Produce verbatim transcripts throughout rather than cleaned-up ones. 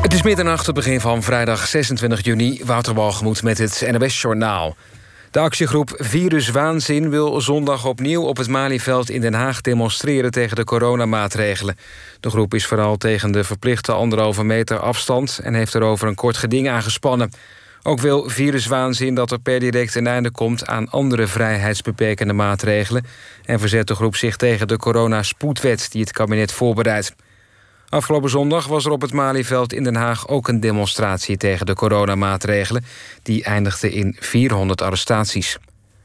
Het is middernacht, het begin van vrijdag zesentwintig juni. Wouter Walgemoed met het N O S-journaal. De actiegroep Viruswaanzin wil zondag opnieuw op het Malieveld in Den Haag demonstreren tegen de coronamaatregelen. De groep is vooral tegen de verplichte anderhalve meter afstand en heeft erover een kort geding aangespannen. Ook wil Viruswaanzin dat er per direct een einde komt aan andere vrijheidsbeperkende maatregelen en verzet de groep zich tegen de coronaspoedwet die het kabinet voorbereidt. Afgelopen zondag was er op het Malieveld in Den Haag ook een demonstratie tegen de coronamaatregelen. Die eindigde in vierhonderd arrestaties.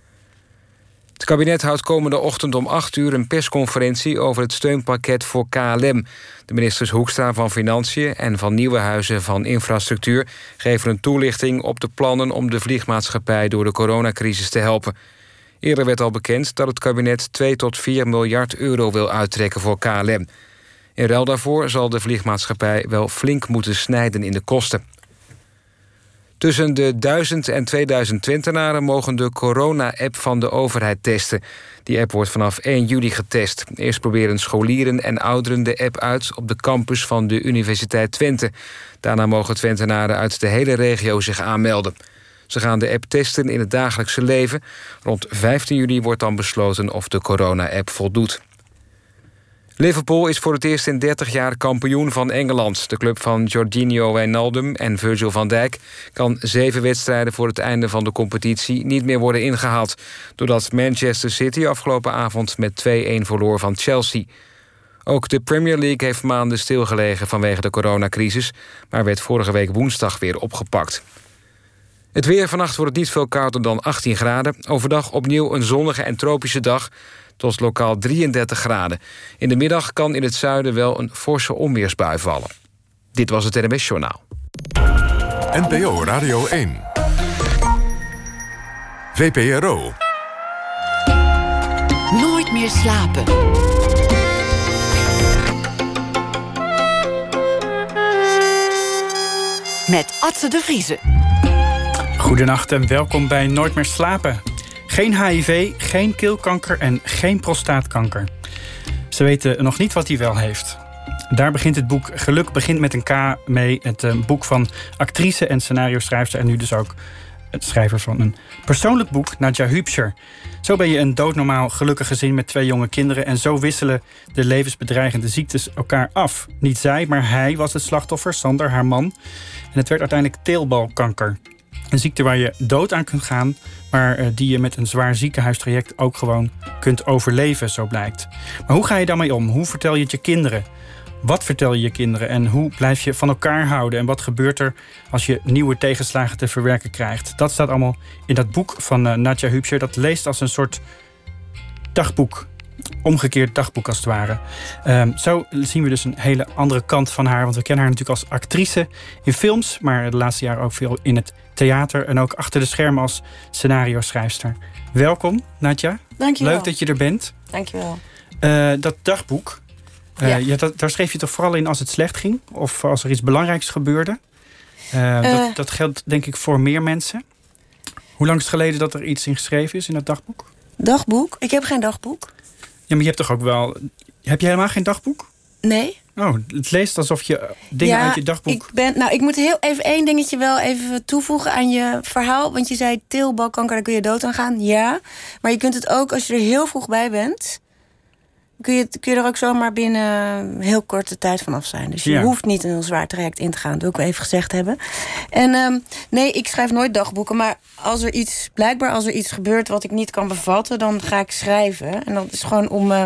Het kabinet houdt komende ochtend om acht uur een persconferentie over het steunpakket voor K L M. De ministers Hoekstra van Financiën en van Nieuwenhuizen van Infrastructuur geven een toelichting op de plannen om de vliegmaatschappij door de coronacrisis te helpen. Eerder werd al bekend dat het kabinet twee tot vier miljard euro wil uittrekken voor K L M. In ruil daarvoor zal de vliegmaatschappij wel flink moeten snijden in de kosten. Tussen de duizend en tweeduizend Twentenaren mogen de corona-app van de overheid testen. Die app wordt vanaf één juli getest. Eerst proberen scholieren en ouderen de app uit op de campus van de Universiteit Twente. Daarna mogen Twentenaren uit de hele regio zich aanmelden. Ze gaan de app testen in het dagelijkse leven. Rond vijftien juli wordt dan besloten of de corona-app voldoet. Liverpool is voor het eerst in dertig jaar kampioen van Engeland. De club van Jorginho Wijnaldum en Virgil van Dijk kan zeven wedstrijden voor het einde van de competitie niet meer worden ingehaald, doordat Manchester City afgelopen avond met twee-een verloor van Chelsea. Ook de Premier League heeft maanden stilgelegen vanwege de coronacrisis, maar werd vorige week woensdag weer opgepakt. Het weer: vannacht wordt het niet veel kouder dan achttien graden. Overdag opnieuw een zonnige en tropische dag tot lokaal drieëndertig graden. In de middag kan in het zuiden wel een forse onweersbui vallen. Dit was het N M S-journaal. N P O Radio één. V P R O. Nooit meer slapen. Met Atze de Vrieze. Goedenacht en welkom bij Nooit meer slapen. Geen H I V, geen keelkanker en geen prostaatkanker. Ze weten nog niet wat hij wel heeft. Daar begint het boek Geluk begint met een K mee. Het uh, boek van actrice en scenario-schrijfster en nu dus ook het schrijver van een persoonlijk boek, Nadja Hübscher. Zo ben je een doodnormaal gelukkig gezin met twee jonge kinderen en zo wisselen de levensbedreigende ziektes elkaar af. Niet zij, maar hij was het slachtoffer, Sander, haar man. En het werd uiteindelijk teelbalkanker. Een ziekte waar je dood aan kunt gaan, maar uh, die je met een zwaar ziekenhuistraject ook gewoon kunt overleven, zo blijkt. Maar hoe ga je daarmee om? Hoe vertel je het je kinderen? Wat vertel je je kinderen en hoe blijf je van elkaar houden? En wat gebeurt er als je nieuwe tegenslagen te verwerken krijgt? Dat staat allemaal in dat boek van uh, Nadja Hübscher. Dat leest als een soort dagboek. Omgekeerd dagboek als het ware. Um, zo zien we dus een hele andere kant van haar. Want we kennen haar natuurlijk als actrice in films, maar de laatste jaren ook veel in het theater en ook achter de schermen als scenario-schrijfster. Welkom, Nadja. Dankjewel. Leuk dat je er bent. Dankjewel. Uh, dat dagboek, uh, ja. Ja, dat, daar schreef je toch vooral in als het slecht ging? Of als er iets belangrijks gebeurde? Uh, uh, dat, dat geldt denk ik voor meer mensen. Hoe lang is het geleden dat er iets in geschreven is in dat dagboek? Dagboek? Ik heb geen dagboek. Ja, maar je hebt toch ook wel... Heb je helemaal geen dagboek? Nee. Oh, het leest alsof je dingen ja, uit je dagboek... Ik ben, nou, ik moet heel even één dingetje wel even toevoegen aan je verhaal. Want je zei teelbalkanker, daar kun je dood aan gaan. Ja, maar je kunt het ook, als je er heel vroeg bij bent, kun je, kun je er ook zomaar binnen heel korte tijd vanaf zijn. Dus je ja. hoeft niet een heel zwaar traject in te gaan. Dat wil ik wel even gezegd hebben. En um, nee, ik schrijf nooit dagboeken. Maar als er iets, blijkbaar als er iets gebeurt wat ik niet kan bevatten, dan ga ik schrijven. En dat is gewoon om, uh,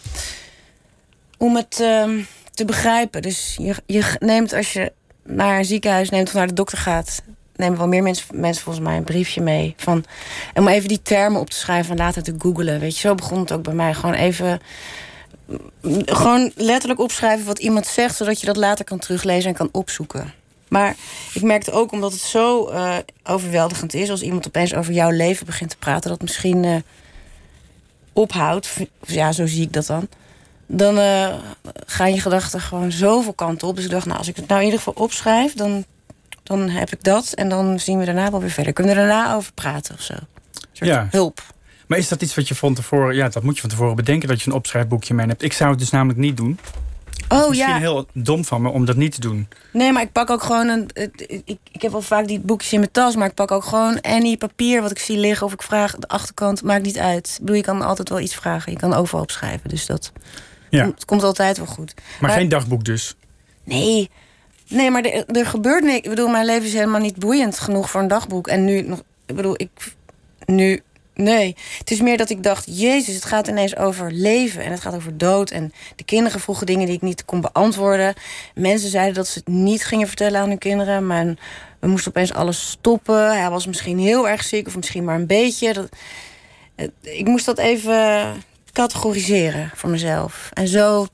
om het uh, te begrijpen. Dus je, je neemt, als je naar een ziekenhuis neemt of naar de dokter gaat, nemen wel meer mensen, mensen volgens mij een briefje mee. Van, om even die termen op te schrijven en later te googlen. Weet je, zo begon het ook bij mij. Gewoon even, gewoon letterlijk opschrijven wat iemand zegt, zodat je dat later kan teruglezen en kan opzoeken. Maar ik merkte ook, omdat het zo uh, overweldigend is, als iemand opeens over jouw leven begint te praten, dat misschien uh, ophoudt. Ja, zo zie ik dat dan. Dan uh, gaan je gedachten gewoon zoveel kanten op. Dus ik dacht, nou, als ik het nou in ieder geval opschrijf, dan, dan heb ik dat. En dan zien we daarna wel weer verder. Kunnen we er daarna over praten of zo? Een soort ja. hulp. Maar is dat iets wat je van tevoren... Ja, dat moet je van tevoren bedenken, dat je een opschrijfboekje mee hebt. Ik zou het dus namelijk niet doen. Dat is Oh misschien ja. heel dom van me om dat niet te doen. Nee, maar ik pak ook gewoon een... het- Ik, ik heb wel vaak die boekjes in mijn tas, maar ik pak ook gewoon any papier wat ik zie liggen. Of ik vraag de achterkant, maakt niet uit. Ik bedoel, je kan altijd wel iets vragen. Je kan overal opschrijven, dus dat... Ja. Het komt altijd wel goed. Maar, geen dagboek dus. Nee, nee, maar er, er gebeurt niks. Ik bedoel, mijn leven is helemaal niet boeiend genoeg voor een dagboek. En nu nog, ik bedoel, ik nu, nee. Het is meer dat ik dacht, Jezus, het gaat ineens over leven en het gaat over dood. En de kinderen vroegen dingen die ik niet kon beantwoorden. Mensen zeiden dat ze het niet gingen vertellen aan hun kinderen, maar we moesten opeens alles stoppen. Hij was misschien heel erg ziek of misschien maar een beetje. Dat, ik moest dat even categoriseren voor mezelf. En zo,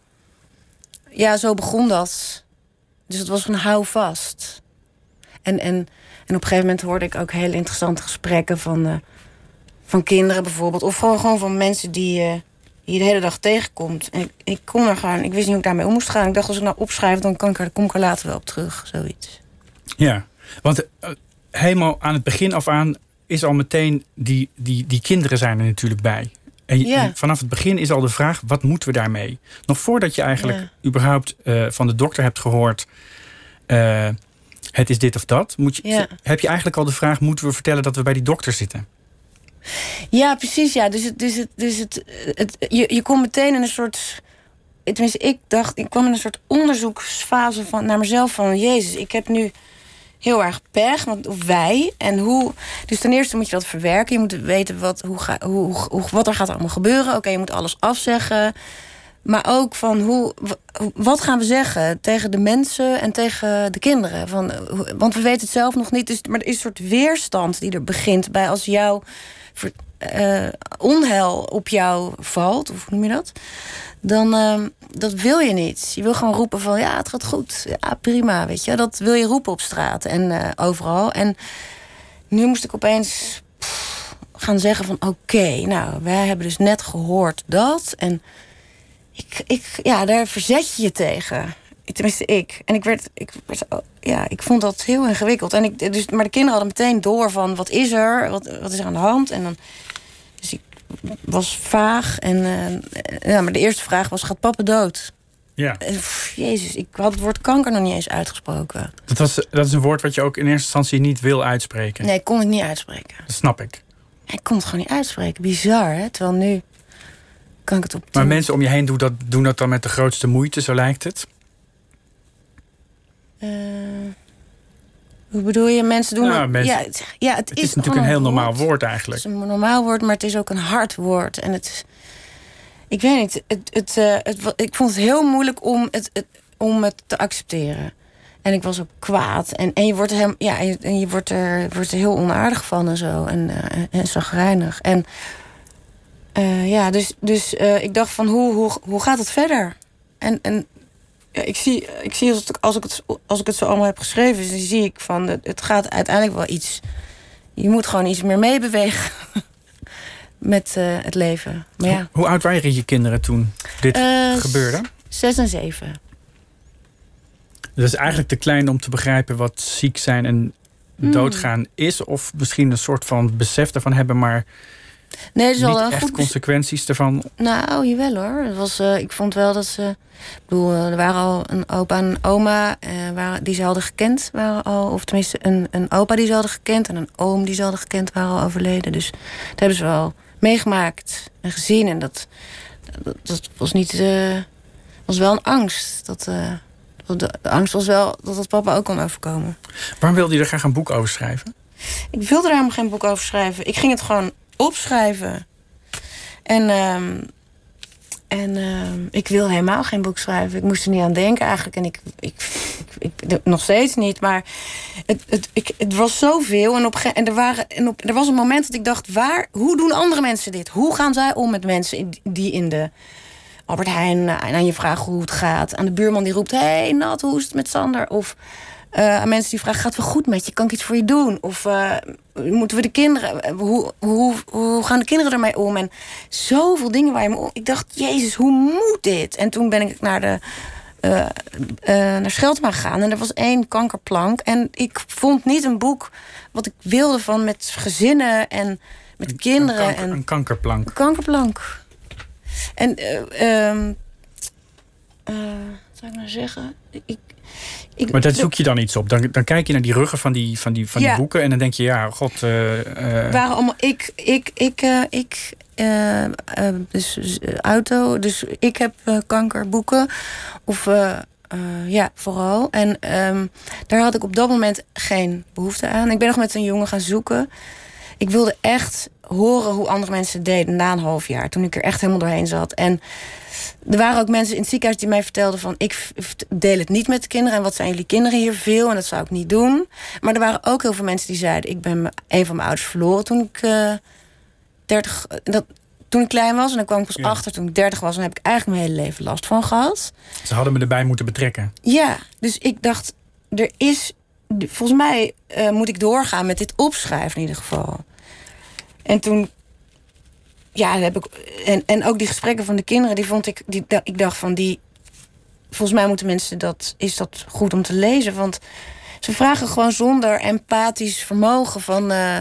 ja, zo begon dat. Dus het was een hou vast. En, en, en op een gegeven moment hoorde ik ook hele interessante gesprekken van, uh, van kinderen bijvoorbeeld. Of gewoon, gewoon van mensen die, uh, die je de hele dag tegenkomt. En ik, ik kon er gewoon, ik wist niet hoe ik daarmee om moest gaan. Ik dacht, als ik nou opschrijf, dan kan ik er, kom ik er later wel op terug. Zoiets. Ja, want uh, helemaal aan het begin af aan is al meteen die, die, die kinderen zijn er natuurlijk bij. En, Ja. en vanaf het begin is al de vraag, wat moeten we daarmee? Nog voordat je eigenlijk Ja. überhaupt uh, van de dokter hebt gehoord, Uh, het is dit of dat, moet je, Ja. heb je eigenlijk al de vraag, moeten we vertellen dat we bij die dokter zitten? Ja, precies. Ja. Dus, het, dus, het, dus het, het, je, je komt meteen in een soort... Tenminste, ik dacht, ik kwam in een soort onderzoeksfase van, naar mezelf van... Jezus, ik heb nu heel erg pech, want, of wij. En hoe, dus ten eerste moet je dat verwerken. Je moet weten wat, hoe ga, hoe, hoe, wat er gaat allemaal gebeuren. Oké, okay, je moet alles afzeggen. Maar ook van, hoe, wat gaan we zeggen tegen de mensen en tegen de kinderen? Van, want we weten het zelf nog niet. Dus, maar er is een soort weerstand die er begint bij als jouw uh, onheil op jou valt. Of hoe noem je dat? Dan, uh, dat wil je niet. Je wil gewoon roepen van, ja, het gaat goed. Ja, prima, weet je. Dat wil je roepen op straat en uh, overal. En nu moest ik opeens pff, gaan zeggen van, oké, okay, nou, wij hebben dus net gehoord dat. En ik, ik, ja, daar verzet je je tegen. Tenminste, ik. En ik werd, ik werd, ja, ik vond dat heel ingewikkeld. En ik, dus, maar de kinderen hadden meteen door van, wat is er? Wat, wat is er aan de hand? En dan, dus ik was vaag. En, uh, ja, maar de eerste vraag was, gaat papa dood? Ja. En, pff, Jezus, ik had het woord kanker nog niet eens uitgesproken. Dat, was, dat is een woord wat je ook in eerste instantie niet wil uitspreken. Nee, ik kon het niet uitspreken. Dat snap ik. Ik kon het gewoon niet uitspreken. Bizar, hè? Terwijl nu kan ik het op... Maar mensen om je heen doen dat, doen dat dan met de grootste moeite, zo lijkt het? Uh, hoe bedoel je? Mensen doen... Nou, het, mensen, ja, het, ja, het, het is, is natuurlijk een heel woord. normaal woord eigenlijk. Het is een normaal woord, maar het is ook een hard woord. En het... Ik weet niet. Het, het, uh, het, ik vond het heel moeilijk om het, het, om het te accepteren. En ik was ook kwaad. En, en je wordt er, ja, en je wordt er, wordt er heel onaardig van en zo. En, uh, en chagrijnig. En uh, ja, dus, dus uh, ik dacht van, hoe, hoe, hoe gaat het verder? En... en ja, ik zie, ik zie als, het, als, ik het, als ik het zo allemaal heb geschreven, dan zie ik van, het, het gaat uiteindelijk wel iets. Je moet gewoon iets meer meebewegen met uh, het leven. Maar ja. Hoe, hoe oud waren je kinderen toen dit uh, gebeurde? Zes en zeven. Dat is eigenlijk te klein om te begrijpen wat ziek zijn en mm. doodgaan is, of misschien een soort van besef ervan hebben, maar nee, dat is niet al een echt goed consequenties ervan. Nou, jawel hoor. Het was, uh, ik vond wel dat ze... Ik bedoel, er waren al een opa en een oma uh, waren, die ze hadden gekend. Waren al, of tenminste een, een opa die ze hadden gekend en een oom die ze hadden gekend waren al overleden. Dus dat hebben ze wel meegemaakt en gezien. En dat, dat, dat was niet... Uh, was wel een angst. Dat, uh, de, de angst was wel dat het papa ook kon overkomen. Waarom wilde je er graag een boek over schrijven? Ik wilde er helemaal geen boek over schrijven. Ik ging het gewoon opschrijven. En, um, en um, ik wil helemaal geen boek schrijven. Ik moest er niet aan denken eigenlijk. En ik, ik, ik, ik nog steeds niet. Maar het, het, ik, het was zoveel. En, op, en, er waren, en op, er was een moment dat ik dacht, waar, hoe doen andere mensen dit? Hoe gaan zij om met mensen die in de Albert Heijn aan je vragen hoe het gaat? Aan de buurman die roept, hé hey, Nat, hoe is het met Sander? Of Uh, aan mensen die vragen, gaat het wel goed met je? Kan ik iets voor je doen? Of uh, moeten we de kinderen... Hoe, hoe, hoe gaan de kinderen ermee om? En zoveel dingen waar je me om... Ik dacht, Jezus, hoe moet dit? En toen ben ik naar de uh, uh, naar Scheltema gegaan. En er was één kankerplank. En ik vond niet een boek wat ik wilde van met gezinnen en met kinderen. Een, kanker, en een kankerplank. Een kankerplank. En... Uh, um, Uh, zou ik nou zeggen? Ik, ik, maar daar zoek je dan iets op. Dan, dan kijk je naar die ruggen van die, van die, van ja. die boeken en dan denk je, ja, god. Uh, uh... waren allemaal ik, ik, ik, uh, ik, uh, uh, dus uh, auto. Dus ik heb uh, kankerboeken. Of uh, uh, ja, vooral. En um, daar had ik op dat moment geen behoefte aan. Ik ben nog met een jongen gaan zoeken. Ik wilde echt horen hoe andere mensen het deden na een half jaar. Toen ik er echt helemaal doorheen zat. En er waren ook mensen in het ziekenhuis die mij vertelden van... ik deel het niet met de kinderen. En wat zijn jullie kinderen hier veel? En dat zou ik niet doen. Maar er waren ook heel veel mensen die zeiden... ik ben een van mijn ouders verloren toen ik uh, dertig... Dat, toen ik klein was. En dan kwam ik pas ja. achter toen ik dertig was. En daar heb ik eigenlijk mijn hele leven last van gehad. Ze hadden me erbij moeten betrekken. Ja, dus ik dacht... er is... volgens mij uh, moet ik doorgaan met dit opschrijven in ieder geval. En toen... Ja, heb ik, en, en ook die gesprekken van de kinderen, die vond ik, die, ik dacht van die, volgens mij moeten mensen dat, is dat goed om te lezen, want ze vragen gewoon zonder empathisch vermogen van, uh,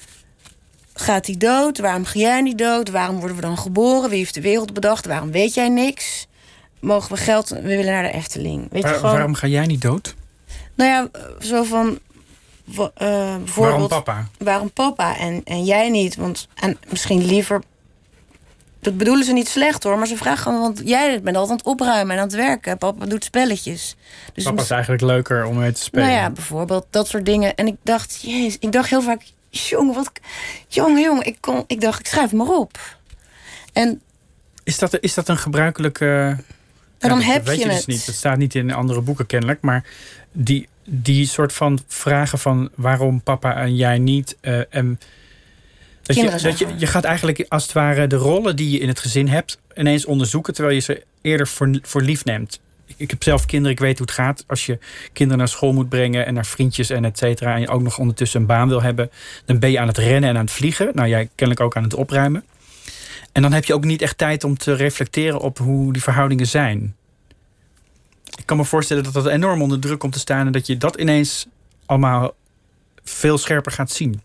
gaat hij dood? Waarom ga jij niet dood? Waarom worden we dan geboren? Wie heeft de wereld bedacht? Waarom weet jij niks? Mogen we geld? We willen naar de Efteling. Weet Waar, je, gewoon, waarom ga jij niet dood? Nou ja, zo van. Uh, bijvoorbeeld, waarom papa? Waarom papa en, en jij niet? Want en misschien liever. Dat bedoelen ze niet slecht hoor, maar ze vragen gewoon... want jij bent altijd aan het opruimen en aan het werken. Papa doet spelletjes. Dus papa is eigenlijk leuker om mee te spelen. Nou ja, bijvoorbeeld dat soort dingen. En ik dacht, jezus, ik dacht heel vaak... jongen, wat... jongen, jongen, ik, kon, ik dacht, ik schrijf maar op. En... Is dat, is dat een gebruikelijke... Maar ja, dan dat, heb dat weet je, je het. Dus niet. Dat staat niet in andere boeken kennelijk. Maar die, die soort van vragen van... waarom papa en jij niet... Uh, en Dat je, dat je, je gaat eigenlijk als het ware de rollen die je in het gezin hebt ineens onderzoeken, terwijl je ze eerder voor, voor lief neemt. Ik, ik heb zelf kinderen, ik weet hoe het gaat. Als je kinderen naar school moet brengen en naar vriendjes en et cetera, en je ook nog ondertussen een baan wil hebben, dan ben je aan het rennen en aan het vliegen. Nou, jij kennelijk ook aan het opruimen. En dan heb je ook niet echt tijd om te reflecteren op hoe die verhoudingen zijn. Ik kan me voorstellen dat dat enorm onder druk komt te staan en dat je dat ineens allemaal veel scherper gaat zien.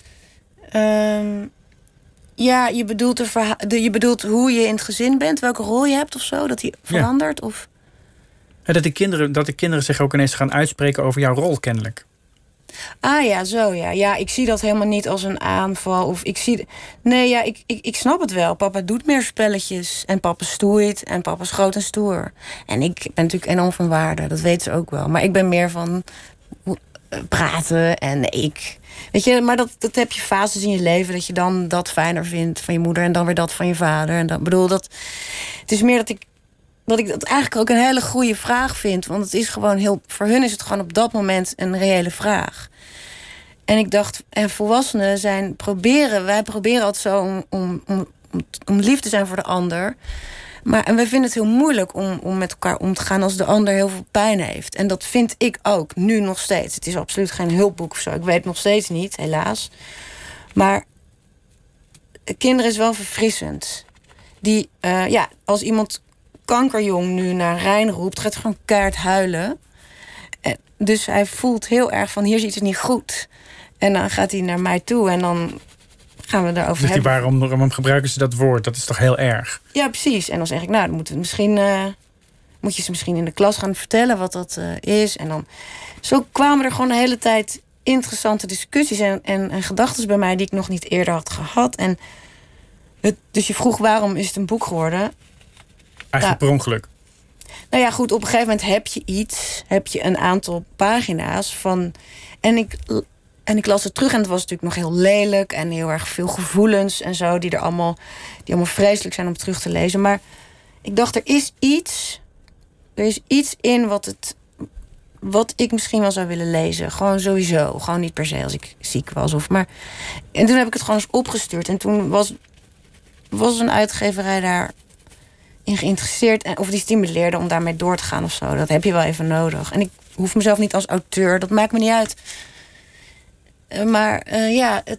Um, ja, je bedoelt, de verha- de, je bedoelt hoe je in het gezin bent, welke rol je hebt of zo, dat die verandert? Ja. Of? Ja, dat, de kinderen, dat de kinderen zich ook ineens gaan uitspreken over jouw rol, kennelijk. Ah ja, zo ja. Ja, ik zie dat helemaal niet als een aanval. Of ik zie. Nee, ja, ik, ik, ik snap het wel. Papa doet meer spelletjes. En papa stoeit. En papa is groot en stoer. En ik ben natuurlijk enorm van waarde. Dat weet ze ook wel. Maar ik ben meer van praten en ik. Weet je, maar dat, dat heb je fases in je leven. Dat je dan dat fijner vindt van je moeder. En dan weer dat van je vader. En dan bedoel dat. Het is meer dat ik. Dat ik dat eigenlijk ook een hele goede vraag vind. Want het is gewoon heel. Voor hun is het gewoon op dat moment een reële vraag. En ik dacht, en volwassenen zijn proberen. Wij proberen altijd zo om, om, om, om lief te zijn voor de ander. Maar en wij vinden het heel moeilijk om, om met elkaar om te gaan als de ander heel veel pijn heeft. En dat vind ik ook, nu nog steeds. Het is absoluut geen hulpboek of zo. Ik weet het nog steeds niet, helaas. Maar kinderen is wel verfrissend. Die, uh, ja, als iemand kankerjong nu naar Rijn roept, gaat hij gewoon keihard huilen. En dus hij voelt heel erg van, hier is iets niet goed. En dan gaat hij naar mij toe en dan gaan we daarover dus hebben. Waarom, waarom gebruiken ze dat woord? Dat is toch heel erg? Ja, precies. En dan zeg ik, nou, dan moeten we misschien, uh, moet je ze misschien in de klas gaan vertellen wat dat uh, is. En dan, zo kwamen er gewoon de hele tijd interessante discussies en, en, en gedachten bij mij die ik nog niet eerder had gehad. En het, dus je vroeg, waarom is het een boek geworden? Eigenlijk per ongeluk. Nou ja, goed, op een gegeven moment heb je iets. Heb je een aantal pagina's van. En ik, en ik las het terug en het was natuurlijk nog heel lelijk en heel erg veel gevoelens en zo, die er allemaal, die allemaal vreselijk zijn om terug te lezen. Maar ik dacht, er is iets. Er is iets in wat het. Wat ik misschien wel zou willen lezen. Gewoon sowieso. Gewoon niet per se als ik ziek was. Of maar. En toen heb ik het gewoon eens opgestuurd. En toen was, was een uitgeverij daar in geïnteresseerd. En, of die stimuleerde om daarmee door te gaan of zo. Dat heb je wel even nodig. En ik hoef mezelf niet als auteur. Dat maakt me niet uit. Uh, maar uh, ja, het,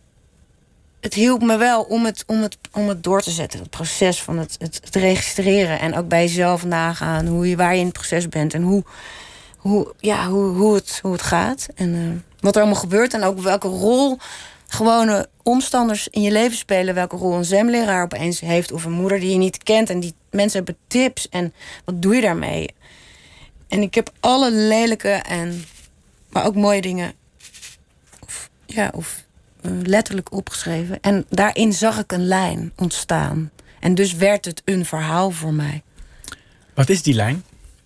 het hielp me wel om het, om, het, om het door te zetten. Het proces van het, het, het registreren. En ook bij jezelf nagaan. Hoe je, waar je in het proces bent. En hoe, hoe, ja, hoe, hoe, het, hoe het gaat. En uh, wat er allemaal gebeurt. En ook welke rol gewone omstanders in je leven spelen. Welke rol een zwemleraar opeens heeft. Of een moeder die je niet kent. En die mensen hebben tips. En wat doe je daarmee? En ik heb alle lelijke en... maar ook mooie dingen... of, ja, of uh, letterlijk opgeschreven. En daarin zag ik een lijn ontstaan. En dus werd het een verhaal voor mij. Wat is die lijn?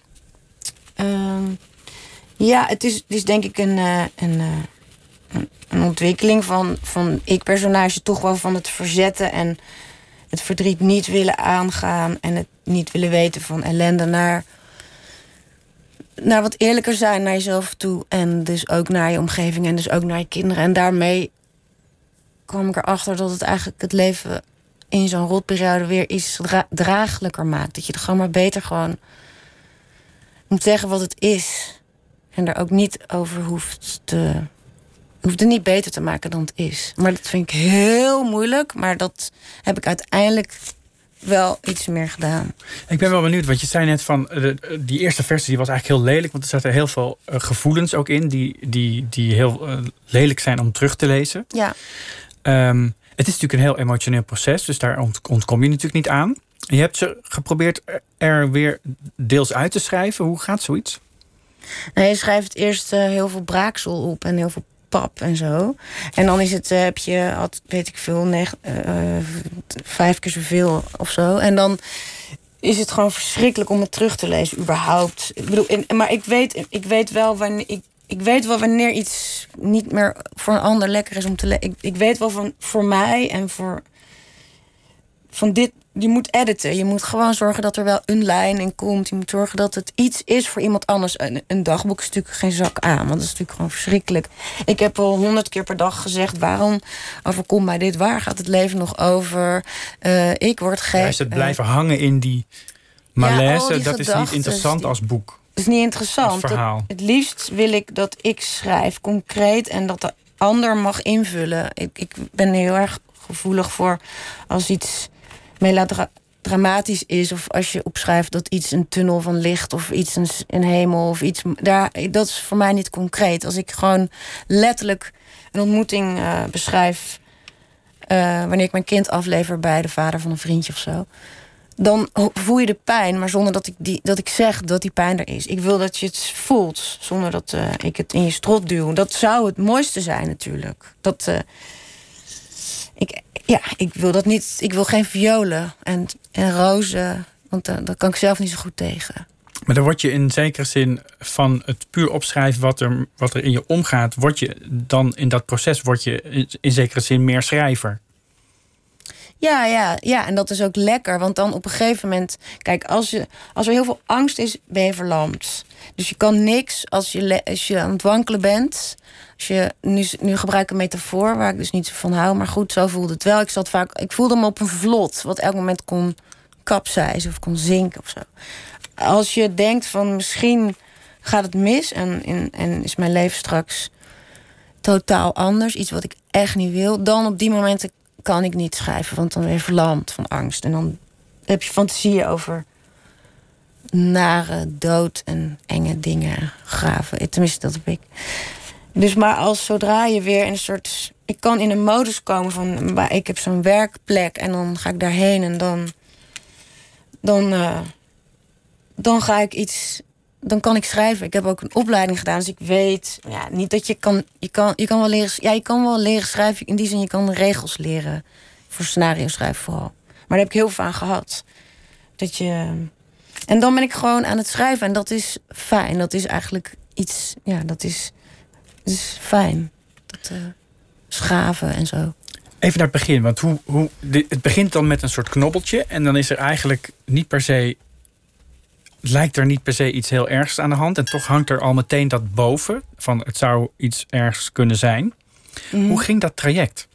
Um, ja, het is, het is denk ik een... Uh, een uh, Een ontwikkeling van, van ik-personage toch wel van het verzetten en het verdriet niet willen aangaan en het niet willen weten van ellende naar, naar wat eerlijker zijn naar jezelf toe en dus ook naar je omgeving en dus ook naar je kinderen. En daarmee kwam ik erachter dat het eigenlijk het leven in zo'n rotperiode weer iets dra- draaglijker maakt. Dat je er gewoon maar beter gewoon moet zeggen wat het is en er ook niet over hoeft te... hoeft het niet beter te maken dan het is. Maar dat vind ik heel moeilijk. Maar dat heb ik uiteindelijk wel iets meer gedaan. Ik ben wel benieuwd, want je zei net van... De, die eerste versie die was eigenlijk heel lelijk. Want er zaten heel veel uh, gevoelens ook in... die, die, die heel uh, lelijk zijn om terug te lezen. Ja. Um, het is natuurlijk een heel emotioneel proces. Dus daar ont, ontkom je natuurlijk niet aan. Je hebt ze geprobeerd er weer deels uit te schrijven. Hoe gaat zoiets? Nou, je schrijft eerst uh, heel veel braaksel op en heel veel pap en zo. En dan is het, uh, heb je, had, weet ik veel, neg, uh, vijf keer zoveel of zo. En dan is het gewoon verschrikkelijk om het terug te lezen, überhaupt. Ik bedoel, en, maar ik weet, ik weet wel wanneer ik, ik weet wel wanneer iets niet meer voor een ander lekker is om te lezen. Ik, ik weet wel van voor mij en voor van dit. Je moet editen. Je moet gewoon zorgen dat er wel een lijn in komt. Je moet zorgen dat het iets is voor iemand anders. Een, een dagboek is natuurlijk geen zak aan. Want dat is natuurlijk gewoon verschrikkelijk. Ik heb al honderd keer per dag gezegd... waarom overkomt mij dit? Waar gaat het leven nog over? Uh, ik word gek. Ja, is het blijven uh, hangen in die malaise? Ja, die dat is niet interessant die, als boek. Dat is niet interessant. Als verhaal. Dat, het liefst wil ik dat ik schrijf concreet... en dat de ander mag invullen. Ik, ik ben heel erg gevoelig voor als iets... melodramatisch is, of als je opschrijft dat iets een tunnel van licht of iets een, een hemel of iets daar, dat is voor mij niet concreet. Als ik gewoon letterlijk een ontmoeting uh, beschrijf, uh, wanneer ik mijn kind aflever bij de vader van een vriendje of zo, dan voel je de pijn, maar zonder dat ik die dat ik zeg dat die pijn er is. Ik wil dat je het voelt, zonder dat uh, ik het in je strot duw. Dat zou het mooiste zijn natuurlijk. Dat uh, ik Ja, ik wil dat niet. Ik wil geen violen en, en rozen. Want uh, daar kan ik zelf niet zo goed tegen. Maar dan word je in zekere zin van het puur opschrijven wat er, wat er in je omgaat, word je dan in dat proces word je in, in zekere zin meer schrijver. Ja, ja, ja, en dat is ook lekker. Want dan op een gegeven moment... Kijk, als, je, als er heel veel angst is, ben je verlamd. Dus je kan niks als je, als je aan het wankelen bent. Als je, nu, nu gebruik ik een metafoor waar ik dus niet van hou. Maar goed, zo voelde het wel. Ik, zat vaak, ik voelde me op een vlot. Wat elk moment kon kapseizen of kon zinken of zo. Als je denkt van misschien gaat het mis... en, en, en is mijn leven straks totaal anders. Iets wat ik echt niet wil. Dan op die momenten kan ik niet schrijven, want dan ben je verlamd van angst. En dan heb je fantasieën over nare, dood en enge dingen graven. Tenminste, dat heb ik. Dus maar als zodra je weer in een soort... Ik kan in een modus komen van... Ik heb zo'n werkplek en dan ga ik daarheen en dan... Dan, uh, dan ga ik iets... Dan kan ik schrijven. Ik heb ook een opleiding gedaan, dus ik weet... Ja, niet dat je kan... Je kan, je kan wel leren, ja, je kan wel leren schrijven. In die zin, je kan de regels leren. Voor scenario schrijven vooral. Maar daar heb ik heel veel aan gehad. Dat je... En dan ben ik gewoon aan het schrijven. En dat is fijn. Dat is eigenlijk iets... Ja, dat is, dat is fijn. Dat uh, schaven en zo. Even naar het begin. Want hoe, hoe, het begint dan met een soort knobbeltje. En dan is er eigenlijk niet per se... lijkt er niet per se iets heel ergs aan de hand. En toch hangt er al meteen dat boven. Van het zou iets ergs kunnen zijn. Mm. Hoe ging dat traject?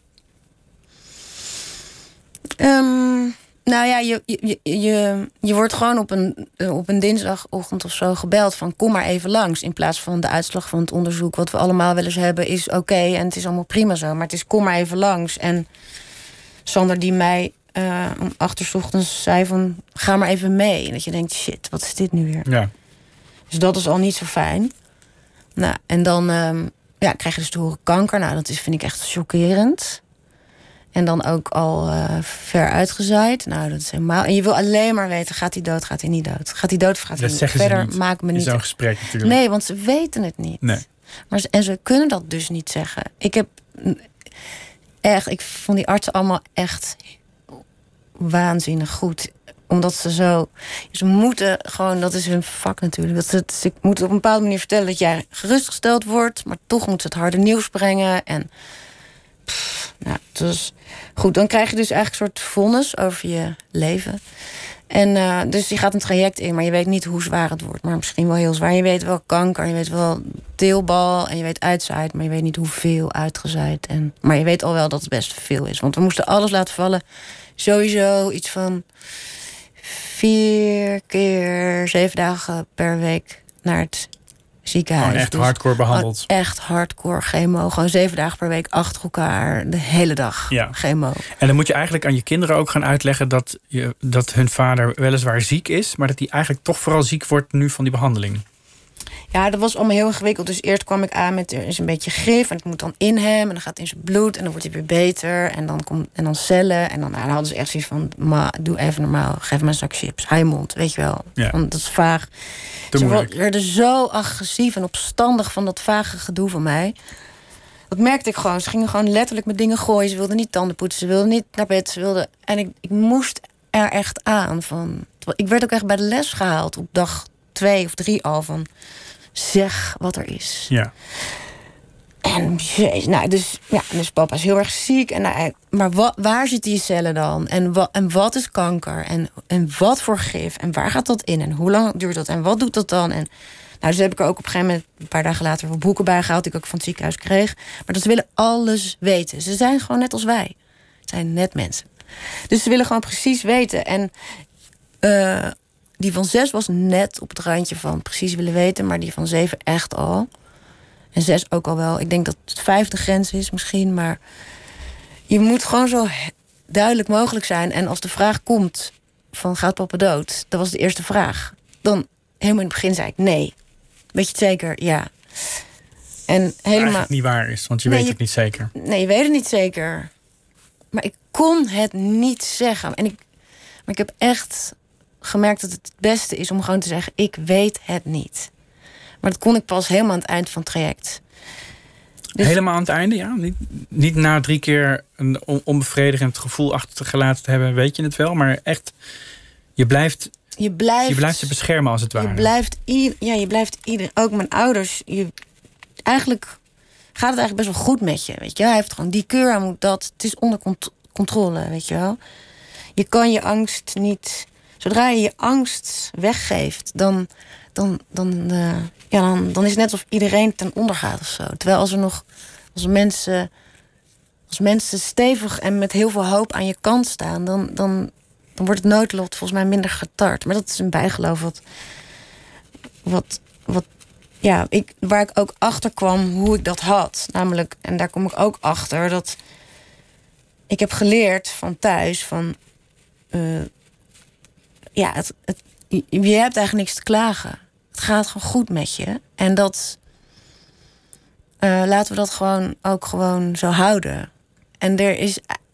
Um, nou ja, je, je, je, je wordt gewoon op een, op een dinsdagochtend of zo gebeld van kom maar even langs. In plaats van de uitslag van het onderzoek. Wat we allemaal wel eens hebben is oké okay, en het is allemaal prima zo. Maar het is kom maar even langs. En Sander die mij uh, om acht uur 's ochtends zei van ga maar even mee. En dat je denkt shit, wat is dit nu weer? Ja. Dus dat is al niet zo fijn. Nou, en dan... Um, ja, krijg je dus te horen kanker. Nou, dat is, vind ik echt chockerend. En dan ook al uh, ver uitgezaaid. Nou, dat is helemaal... En je wil alleen maar weten, gaat hij dood, gaat hij niet dood? Gaat hij dood of gaat hij niet? Verder niet. maakt me in niet... zo'n gesprek natuurlijk. Nee, want ze weten het niet. Nee. Maar, en ze kunnen dat dus niet zeggen. Ik heb echt... Ik vond die artsen allemaal echt waanzinnig goed. Omdat ze zo... Ze moeten gewoon... Dat is hun vak natuurlijk. Dat ze, ze moeten op een bepaalde manier vertellen dat jij gerustgesteld wordt. Maar toch moeten ze het harde nieuws brengen. En... Pff, nou, dus goed, dan krijg je dus eigenlijk een soort vonnis over je leven. En uh, dus je gaat een traject in, maar je weet niet hoe zwaar het wordt. Maar misschien wel heel zwaar. Je weet wel kanker, je weet wel teelbal en je weet uitzaaid, maar je weet niet hoeveel uitgezaaid. En, maar je weet al wel dat het best veel is. Want we moesten alles laten vallen. Sowieso iets van vier keer zeven dagen per week naar het ziekenhuis. Gewoon echt dus hardcore behandeld. Echt hardcore chemo. Gewoon zeven dagen per week achter elkaar. De hele dag ja. chemo. En dan moet je eigenlijk aan je kinderen ook gaan uitleggen dat, je, dat hun vader weliswaar ziek is, maar dat hij eigenlijk toch vooral ziek wordt nu van die behandeling. Ja, dat was allemaal heel ingewikkeld. Dus eerst kwam ik aan met er is een beetje gif en het moet dan in hem en dan gaat het in zijn bloed en dan wordt hij weer beter en dan komt en dan cellen en dan, nou, dan hadden ze echt zoiets van, ma, doe even normaal, geef me een zak chips, heimond, weet je wel. Ja. Want dat is vaag. Te ze moeilijk. werden zo agressief en opstandig van dat vage gedoe van mij. Dat merkte ik gewoon. Ze gingen gewoon letterlijk met dingen gooien. Ze wilden niet tanden poetsen, ze wilden niet naar bed, ze wilden en ik, ik moest er echt aan van. Ik werd ook echt bij de les gehaald op dag twee of drie al van. Zeg wat er is. Ja. En jezus, nou, dus, ja, dus papa is heel erg ziek. En, nou, maar wa, waar zitten die cellen dan? En, wa, en wat is kanker? En, en wat voor gif? En waar gaat dat in? En hoe lang duurt dat? En wat doet dat dan? En nou, dus heb ik er ook op een gegeven moment, een paar dagen later, wat boeken bij gehaald die ik ook van het ziekenhuis kreeg. Maar dat ze willen alles weten. Ze zijn gewoon net als wij. Het zijn net mensen. Dus ze willen gewoon precies weten. En uh, die van zes was net op het randje van precies willen weten, maar die van zeven echt al. En zes ook al wel. Ik denk dat het vijf de grens is misschien, maar je moet gewoon zo duidelijk mogelijk zijn. En als de vraag komt van gaat papa dood? Dat was de eerste vraag. Dan helemaal in het begin zei ik nee. Weet je het zeker? Ja. En helemaal Eigenlijk niet waar is, want je nee, weet je... het niet zeker. Nee, je weet het niet zeker. Maar ik kon het niet zeggen. En ik, maar ik heb echt gemerkt dat het het beste is om gewoon te zeggen ik weet het niet. Maar dat kon ik pas helemaal aan het eind van het traject. Dus helemaal aan het einde, ja? Niet, niet na drie keer een onbevredigend gevoel achtergelaten te hebben, weet je het wel. Maar echt, je blijft, je blijft, je blijft ze beschermen als het ware. Je blijft, ja, je blijft iedereen, ook mijn ouders. Je, eigenlijk gaat het eigenlijk best wel goed met je. Weet je? Hij heeft gewoon die keur, hij moet dat. Het is onder cont- controle, weet je wel. Je kan je angst niet. Zodra je je angst weggeeft, dan, dan, dan, uh, ja, dan, dan is het net alsof iedereen ten onder gaat of zo. Terwijl als er nog als mensen, als mensen stevig en met heel veel hoop aan je kant staan, dan, dan, dan wordt het noodlot volgens mij minder getart. Maar dat is een bijgeloof wat, wat, wat ja, ik, waar ik ook achter kwam hoe ik dat had. Namelijk, en daar kom ik ook achter, dat ik heb geleerd van thuis van Uh, ja, het, het, je hebt eigenlijk niks te klagen. Het gaat gewoon goed met je. En dat uh, laten we dat gewoon ook gewoon zo houden. En er is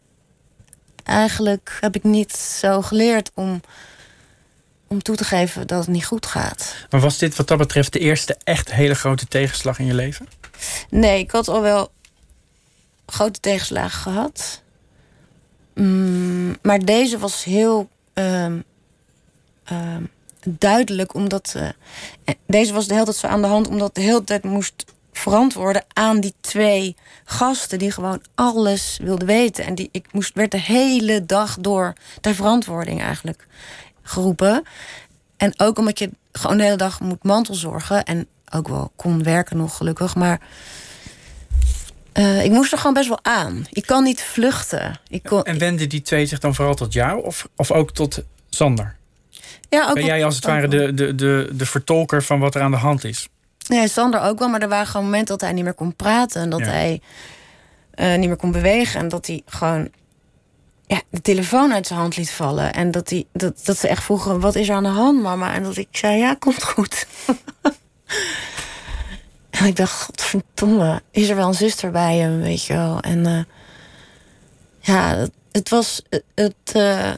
eigenlijk heb ik niet zo geleerd om, om toe te geven dat het niet goed gaat. Maar was dit wat dat betreft de eerste echt hele grote tegenslag in je leven? Nee, ik had al wel grote tegenslagen gehad. Mm, maar deze was heel um, um, duidelijk, omdat uh, deze was de hele tijd zo aan de hand, omdat de hele tijd moest verantwoorden aan die twee gasten die gewoon alles wilden weten. En die, ik moest, werd de hele dag door ter verantwoording eigenlijk geroepen. En ook omdat je gewoon de hele dag moet mantelzorgen en ook wel kon werken nog gelukkig, maar Uh, ik moest er gewoon best wel aan. Ik kan niet vluchten. Ik kon, en wenden die twee zich dan vooral tot jou of, of ook tot Sander? Ja, ook ben jij als het ware de, de, de, de vertolker van wat er aan de hand is? Nee, Sander ook wel, maar er waren gewoon momenten dat hij niet meer kon praten en dat ja. hij uh, niet meer kon bewegen en dat hij gewoon ja, de telefoon uit zijn hand liet vallen en dat, hij, dat, dat ze echt vroegen, wat is er aan de hand, mama? En dat ik zei, ja, komt goed. En ik dacht, godverdomme, is er wel een zuster bij hem, weet je wel. En uh, ja, het, het was... Het, het, uh,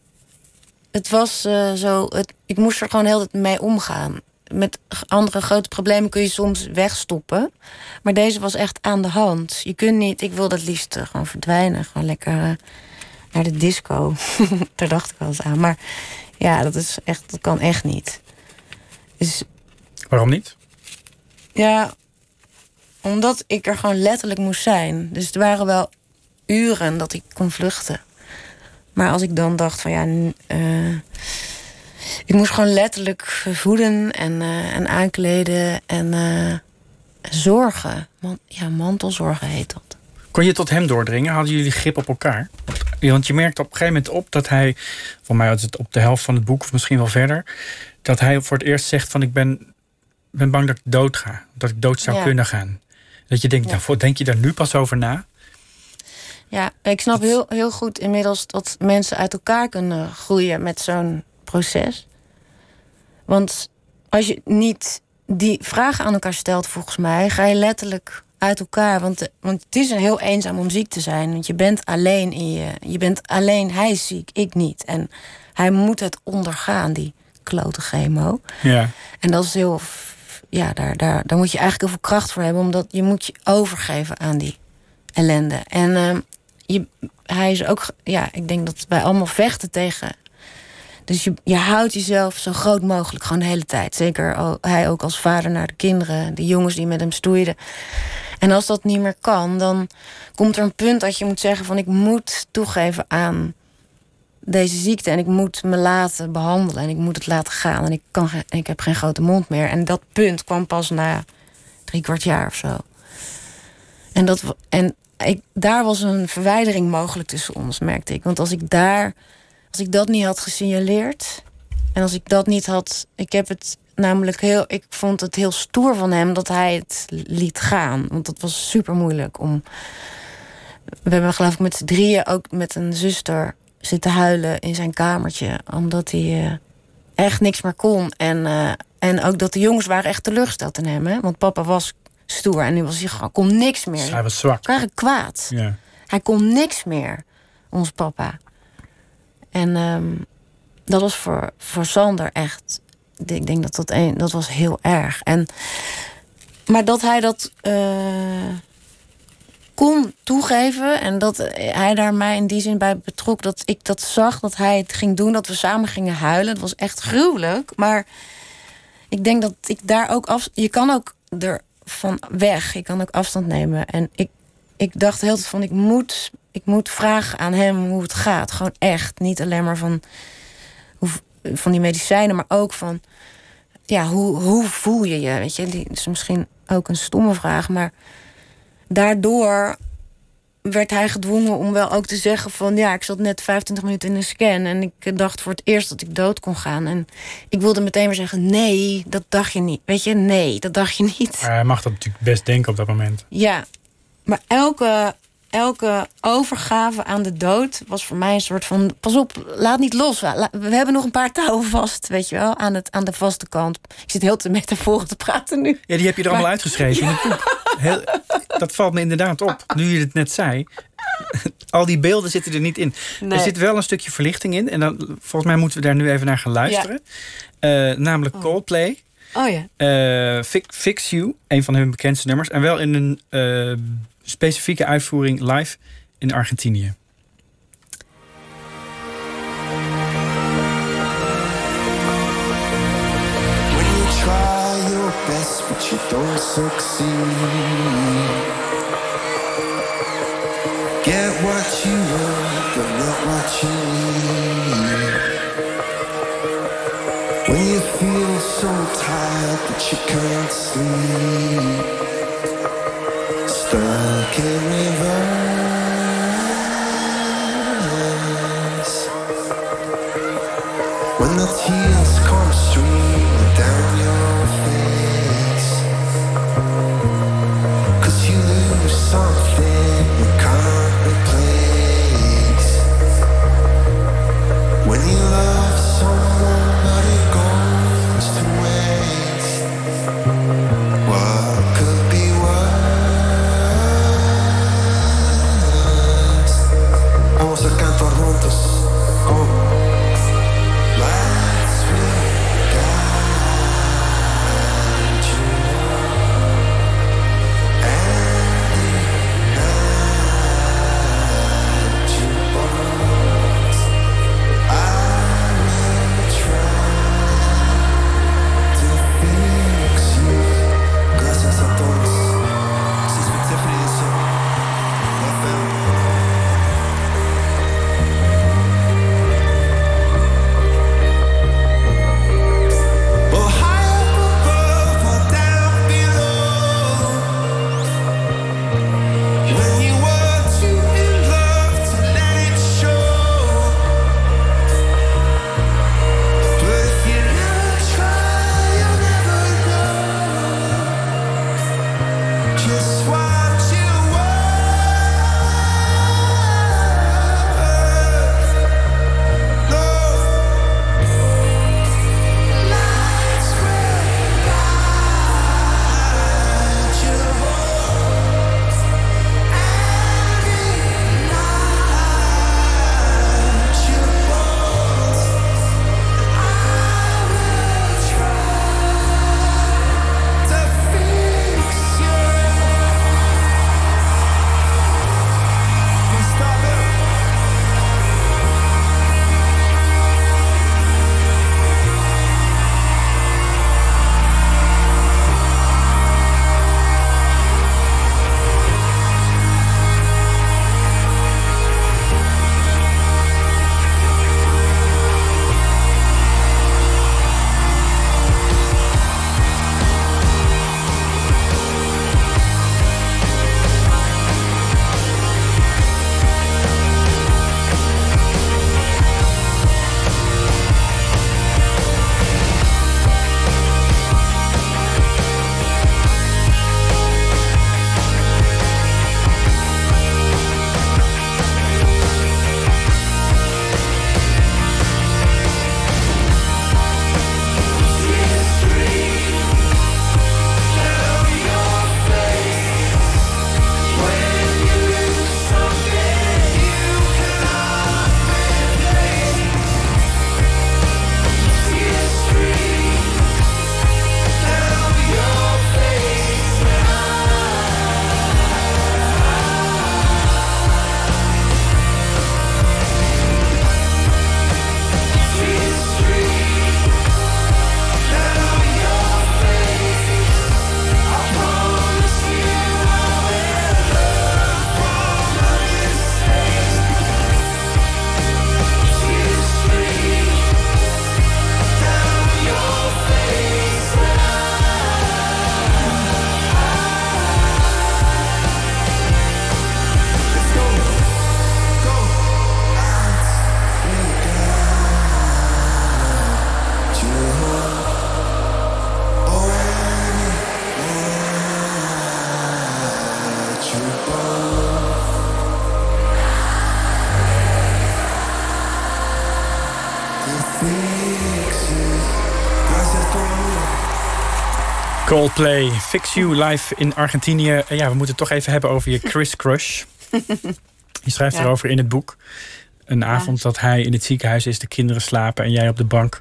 het was uh, zo... Het, ik moest er gewoon heel tijd mee omgaan. Met andere grote problemen kun je soms wegstoppen. Maar deze was echt aan de hand. Je kunt niet... Ik wilde het liefst uh, gewoon verdwijnen. Gewoon lekker uh, naar de disco. Daar dacht ik wel eens aan. Maar ja, dat is echt... Dat kan echt niet. Dus... Waarom niet? Ja, omdat ik er gewoon letterlijk moest zijn. Dus er waren wel uren dat ik kon vluchten. Maar als ik dan dacht van ja... Uh, ik moest gewoon letterlijk voeden en, uh, en aankleden en uh, zorgen. Man, ja, mantelzorgen heet dat. Kon je tot hem doordringen? Hadden jullie grip op elkaar? Want je merkt op een gegeven moment op dat hij... Voor mij was het op de helft van het boek, of misschien wel verder... dat hij voor het eerst zegt van ik ben... ben bang dat ik dood ga. Dat ik dood zou ja. kunnen gaan. Dat je denkt, ja. nou, denk je daar nu pas over na? Ja, ik snap heel, heel goed inmiddels... dat mensen uit elkaar kunnen groeien met zo'n proces. Want als je niet die vragen aan elkaar stelt, volgens mij... ga je letterlijk uit elkaar. Want, want het is heel eenzaam om ziek te zijn. Want je bent alleen in je... Je bent alleen, hij is ziek, ik niet. En hij moet het ondergaan, die klote chemo. Ja. En dat is heel... Ja, daar, daar, daar moet je eigenlijk heel veel kracht voor hebben. Omdat je moet je overgeven aan die ellende. En uh, je, hij is ook... Ja, ik denk dat wij allemaal vechten tegen... Dus je, je houdt jezelf zo groot mogelijk gewoon de hele tijd. Zeker al, hij ook als vader naar de kinderen. De jongens die met hem stoeiden. En als dat niet meer kan, dan komt er een punt dat je moet zeggen van... ik moet toegeven aan deze ziekte. En ik moet me laten behandelen. En ik moet het laten gaan. En ik, kan ge- ik heb geen grote mond meer. En dat punt kwam pas na drie kwart jaar of zo. En, dat, en ik, daar was een verwijdering mogelijk tussen ons, merkte ik. Want als ik daar... Als ik dat niet had gesignaleerd... en als ik dat niet had... Ik heb het namelijk heel... Ik vond het heel stoer van hem dat hij het liet gaan. Want dat was super moeilijk om... We hebben geloof ik met z'n drieën ook met een zuster zitten huilen in zijn kamertje. Omdat hij uh, echt niks meer kon. En, uh, en ook dat de jongens waren echt teleurgesteld in hem. Hè? Want papa was stoer en nu was hij gewoon... kon niks meer. Hij was zwak. Eigenlijk kwaad. Ja. Hij kon niks meer, ons papa. En um, dat was voor, voor Sander echt... Ik denk dat dat, een, dat was heel erg. En, maar dat hij dat uh, kon toegeven... en dat hij daar mij in die zin bij betrok... dat ik dat zag, dat hij het ging doen... dat we samen gingen huilen. Het was echt gruwelijk. Maar ik denk dat ik daar ook af... Je kan ook er van weg. Je kan ook afstand nemen. En ik, ik dacht heel tijd van... ik moet... Ik moet vragen aan hem hoe het gaat. Gewoon echt. Niet alleen maar van, van die medicijnen, maar ook van... Ja, hoe, hoe voel je je? Weet je, die is misschien ook een stomme vraag. Maar daardoor werd hij gedwongen om wel ook te zeggen van... ja, ik zat net vijfentwintig minuten in een scan... en ik dacht voor het eerst dat ik dood kon gaan. En ik wilde meteen weer zeggen, nee, dat dacht je niet. Weet je, nee, dat dacht je niet. Maar hij mag dat natuurlijk best denken op dat moment. Ja, maar elke... Elke overgave aan de dood was voor mij een soort van... pas op, laat niet los. We hebben nog een paar touwen vast, weet je wel, aan, het, aan de vaste kant. Ik zit heel te metaforen te praten nu. Ja, die heb je er maar, allemaal uitgeschreven ja. in het boek. Heel, dat valt me inderdaad op, nu je het net zei. Al die beelden zitten er niet in. Nee. Er zit wel een stukje verlichting in. En dan, volgens mij moeten we daar nu even naar gaan luisteren. Ja. Uh, namelijk oh. Coldplay. Oh ja. Uh, Fix, Fix You, een van hun bekendste nummers. En wel in een... Uh, specifieke uitvoering live in Argentinië. When you try your best but you don't succeed, get what you want but not what you need. When you feel so tired that you can't sleep, stuck in reverse. When the tears come streaming down your face, 'cause you lose something you can't replace. When you love someone but it goes to waste, what could just what you were. No, lights will guide you home. Every night you want, I will try to fix you. Can't stop it. Coldplay, Fix You, live in Argentinië. En ja, we moeten het toch even hebben over je Chris Crush. Je schrijft Ja. erover in het boek. Een avond dat hij in het ziekenhuis is, de kinderen slapen en jij op de bank.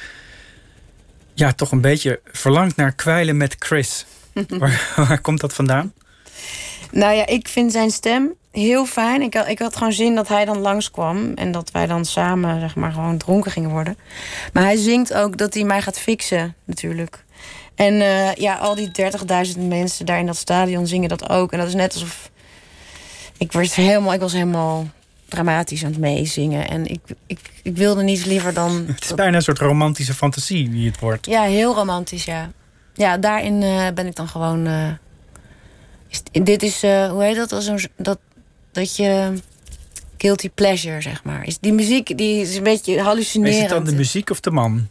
Ja, toch een beetje verlangt naar kwijlen met Chris. waar, waar komt dat vandaan? Nou ja, ik vind zijn stem heel fijn. Ik had, ik had gewoon zin dat hij dan langskwam. En dat wij dan samen, zeg maar, gewoon dronken gingen worden. Maar hij zingt ook dat hij mij gaat fixen, natuurlijk. En uh, ja, al die dertigduizend mensen daar in dat stadion zingen dat ook. En dat is net alsof... Ik, werd helemaal, ik was helemaal dramatisch aan het meezingen. En ik, ik, ik wilde niets liever dan... Het is bijna een soort romantische fantasie die het wordt. Ja, heel romantisch, ja. Ja, daarin uh, ben ik dan gewoon... Uh, is, dit is, uh, hoe heet dat? Als een, dat? Dat je... Guilty pleasure, zeg maar. Is die muziek die is een beetje hallucinerend. Is het dan de muziek of de man?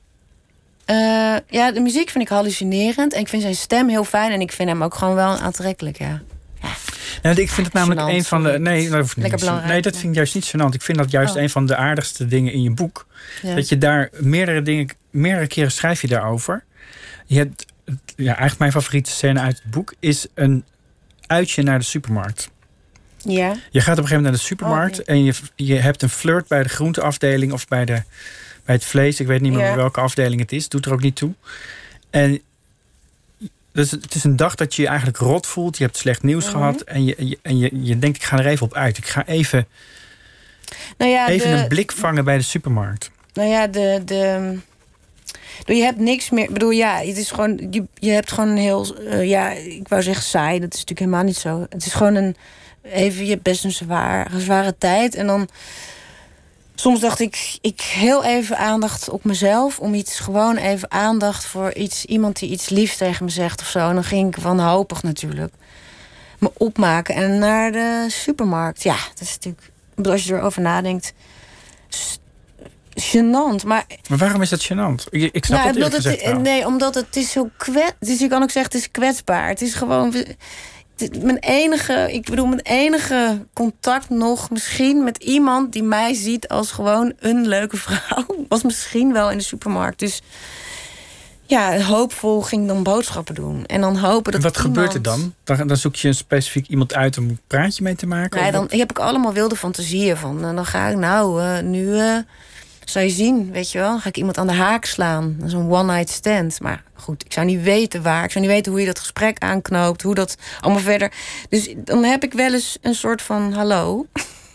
Uh, ja, de muziek vind ik hallucinerend. En ik vind zijn stem heel fijn. En ik vind hem ook gewoon wel aantrekkelijk, ja. Ja. Nou, ik vind het namelijk Gênant, een van de... Nee, dat hoeft niet. Lekker belangrijk. Nee, dat vind ik juist niet gênant. Ik vind dat juist Oh. een van de aardigste dingen in je boek. Ja. Dat je daar meerdere dingen... Meerdere keren schrijf je daarover. Je hebt... Ja, eigenlijk mijn favoriete scène uit het boek is een uitje naar de supermarkt. Ja. Je gaat op een gegeven moment naar de supermarkt... Oh, ja. en je, je hebt een flirt bij de groenteafdeling of bij, de, bij het vlees. Ik weet niet meer Ja. welke afdeling het is. Doet er ook niet toe. En dus het is een dag dat je je eigenlijk rot voelt. Je hebt slecht nieuws Mhm. gehad. En, je, je, en je, je denkt, ik ga er even op uit. Ik ga even, Nou ja, even de, een blik vangen bij de supermarkt. Nou ja, de... de bedoel, je hebt niks meer... Ik bedoel, ja, het is gewoon... Je, je hebt gewoon een heel... Uh, ja, ik wou zeggen saai. Dat is natuurlijk helemaal niet zo. Het is gewoon een... Even, je hebt best een, zwaar, een zware tijd. En dan... Soms dacht ik, ik heel even aandacht op mezelf. Om iets, gewoon even aandacht voor iets. Iemand die iets liefs tegen me zegt of zo. En dan ging ik wanhopig natuurlijk me opmaken. En naar de supermarkt. Ja, dat is natuurlijk... Ik bedoel, als je erover nadenkt... gênant. Maar, maar waarom is dat gênant? Ik, ik snap nou, het eerlijk het, gezegd wel. Nee, omdat het is zo kwets. Dus je kan ook zeggen, het is kwetsbaar. Het is gewoon... Het, mijn enige, ik bedoel, mijn enige contact nog misschien met iemand die mij ziet als gewoon een leuke vrouw, was misschien wel in de supermarkt. Dus ja, hoopvol ging dan boodschappen doen. En dan hopen dat en wat iemand... gebeurt er dan? dan? Dan zoek je een specifiek iemand uit om een praatje mee te maken? Nee, dan heb ik allemaal wilde fantasieën van. En dan ga ik, nou, uh, nu uh, zou je zien, weet je wel. Dan ga ik iemand aan de haak slaan. Zo'n one-night stand. Maar goed, ik zou niet weten waar. Ik zou niet weten hoe je dat gesprek aanknoopt. Hoe dat allemaal verder. Dus dan heb ik wel eens een soort van hallo.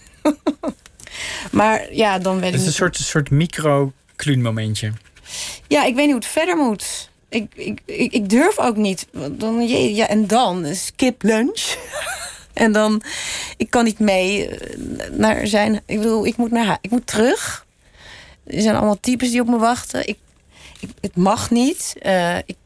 Maar ja, dan weet ik Het is een soort, een soort micro-kluunmomentje. Ja, ik weet niet hoe het verder moet. Ik, ik, ik, ik durf ook niet. Dan, ja, en dan skip lunch. En dan, ik kan niet mee naar zijn... Ik bedoel, ik moet, naar, ik moet terug. Er zijn allemaal types die op me wachten. Ik, ik, het mag niet. Uh, ik,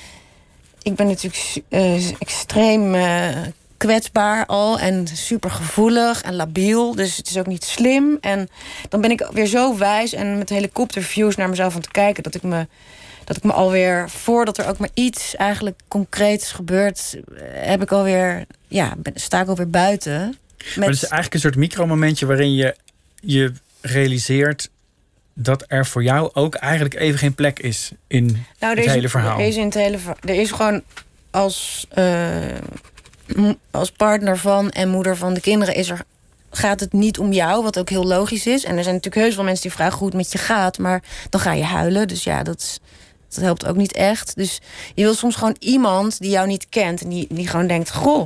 ik ben natuurlijk uh, extreem uh, kwetsbaar al. En super gevoelig en labiel. Dus het is ook niet slim. En dan ben ik weer zo wijs en met helikopterviews naar mezelf aan te kijken... dat ik me... dat ik me alweer, voordat er ook maar iets eigenlijk concreets gebeurt... heb ik alweer, ja, sta ik alweer buiten. Met... Maar het is eigenlijk een soort micromomentje waarin je je realiseert... dat er voor jou ook eigenlijk even geen plek is in nou, het is, hele verhaal. Er is, in het hele, er is gewoon als, uh, als partner van en moeder van de kinderen... is er, gaat het niet om jou, wat ook heel logisch is. En er zijn natuurlijk heus wel mensen die vragen hoe het met je gaat... maar dan ga je huilen, dus ja, dat is... Dat helpt ook niet echt. Dus je wil soms gewoon iemand die jou niet kent... en die, die gewoon denkt, goh,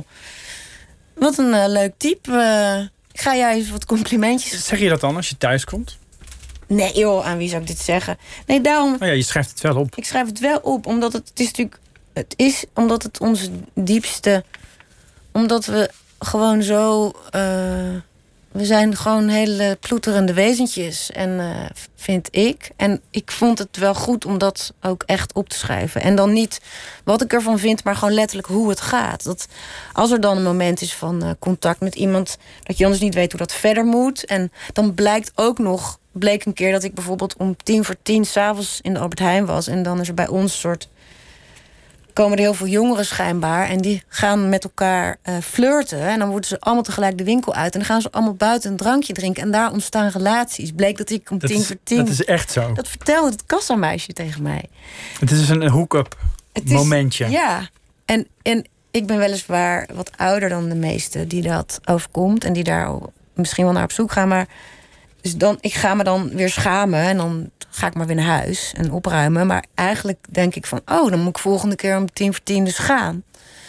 wat een uh, leuk type. Uh, ik ga jou even wat complimentjes... Zeg je dat dan als je thuis komt? Nee joh, aan wie zou ik dit zeggen? Nee, daarom... Oh ja, je schrijft het wel op. Ik schrijf het wel op, omdat het, het is natuurlijk... Het is omdat het onze diepste... Omdat we gewoon zo... Uh, we zijn gewoon hele ploeterende wezentjes. En uh, vind ik. En ik vond het wel goed om dat ook echt op te schrijven. En dan niet wat ik ervan vind, maar gewoon letterlijk hoe het gaat. Dat als er dan een moment is van uh, contact met iemand... dat je anders niet weet hoe dat verder moet. En dan blijkt ook nog... bleek een keer dat ik bijvoorbeeld om tien voor tien... 's avonds in de Albert Heijn was. En dan is er bij ons een soort... komen er heel veel jongeren schijnbaar... en die gaan met elkaar uh, flirten. En dan worden ze allemaal tegelijk de winkel uit... en dan gaan ze allemaal buiten een drankje drinken... en daar ontstaan relaties. Bleek dat ik om dat tien is, voor tien... Dat is echt zo. Dat vertelde het kassameisje tegen mij. Het is een hook-up momentje. Is, ja, en, en ik ben weliswaar wat ouder dan de meesten... die dat overkomt en die daar misschien wel naar op zoek gaan... maar dus dan, ik ga me dan weer schamen en dan ga ik maar weer naar huis en opruimen. Maar eigenlijk denk ik van, oh, dan moet ik volgende keer om tien voor tien dus gaan.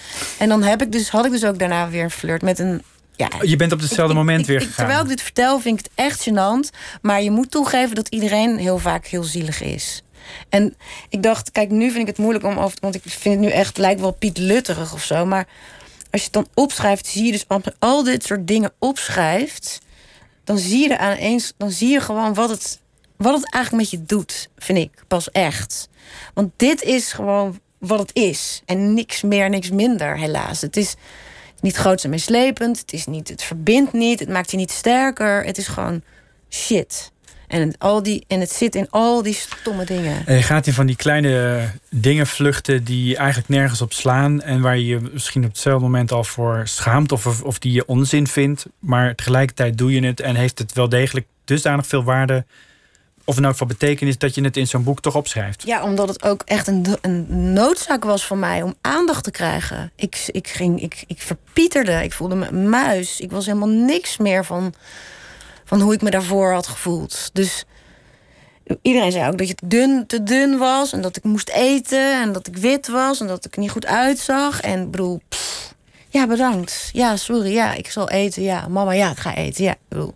En dan heb ik dus, had ik dus ook daarna weer een flirt met een... Ja, je bent op hetzelfde ik, moment ik, weer ik, gegaan. Terwijl ik dit vertel, vind ik het echt gênant. Maar je moet toegeven dat iedereen heel vaak heel zielig is. En ik dacht, kijk, nu vind ik het moeilijk om over... want ik vind het nu echt, lijkt wel Piet Lutterig of zo. Maar als je het dan opschrijft, zie je dus al dit soort dingen opschrijft... dan zie je er aan eens, dan zie je gewoon wat het, wat het eigenlijk met je doet, vind ik, pas echt. Want dit is gewoon wat het is. En niks meer, niks minder, helaas. Het is niet groots en meeslepend. Het is niet, het verbindt niet. Het maakt je niet sterker. Het is gewoon shit. En het, al die, en het zit in al die stomme dingen. En je gaat in van die kleine dingen vluchten die eigenlijk nergens op slaan. En waar je je misschien op hetzelfde moment al voor schaamt. Of, of die je onzin vindt. Maar tegelijkertijd doe je het. En heeft het wel degelijk dusdanig veel waarde. Of in elk geval betekenis dat je het in zo'n boek toch opschrijft. Ja, omdat het ook echt een, een noodzaak was voor mij om aandacht te krijgen. Ik, ik, ging, ik, ik verpieterde. Ik voelde me een muis. Ik was helemaal niks meer van... van hoe ik me daarvoor had gevoeld. Dus iedereen zei ook dat je te dun, te dun was... en dat ik moest eten en dat ik wit was... en dat ik er niet goed uitzag. En ik bedoel, pff, ja, bedankt. Ja, sorry, ja, ik zal eten. Ja, mama, ja, ik ga eten. Ja, ik bedoel...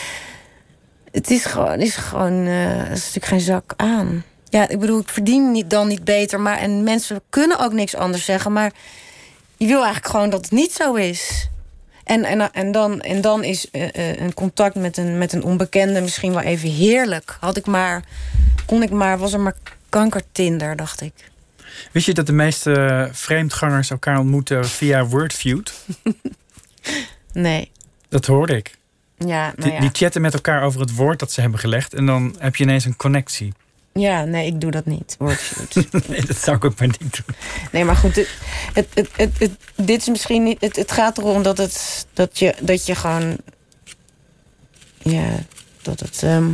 Het is gewoon, het is gewoon uh, het is natuurlijk geen zak aan. Ja, ik bedoel, ik verdien niet, dan niet beter... maar en mensen kunnen ook niks anders zeggen... maar je wil eigenlijk gewoon dat het niet zo is... En, en, en, dan, en dan is uh, uh, een contact met een, met een onbekende misschien wel even heerlijk. Had ik maar, kon ik maar, was er maar kankertinder, dacht ik. Wist je dat de meeste vreemdgangers elkaar ontmoeten via Wordfeud? Nee. Dat hoorde ik. Ja, nou Die, ja. die chatten met elkaar over het woord dat ze hebben gelegd. En dan heb je ineens een connectie. Ja, nee, ik doe dat niet. Woordshoot. Nee, dat zou ik ook maar niet doen. Nee, maar goed, het, het, het, het, het- dit is misschien niet. Het, het gaat erom dat het dat je dat je gewoon. Ja, dat het. ehm,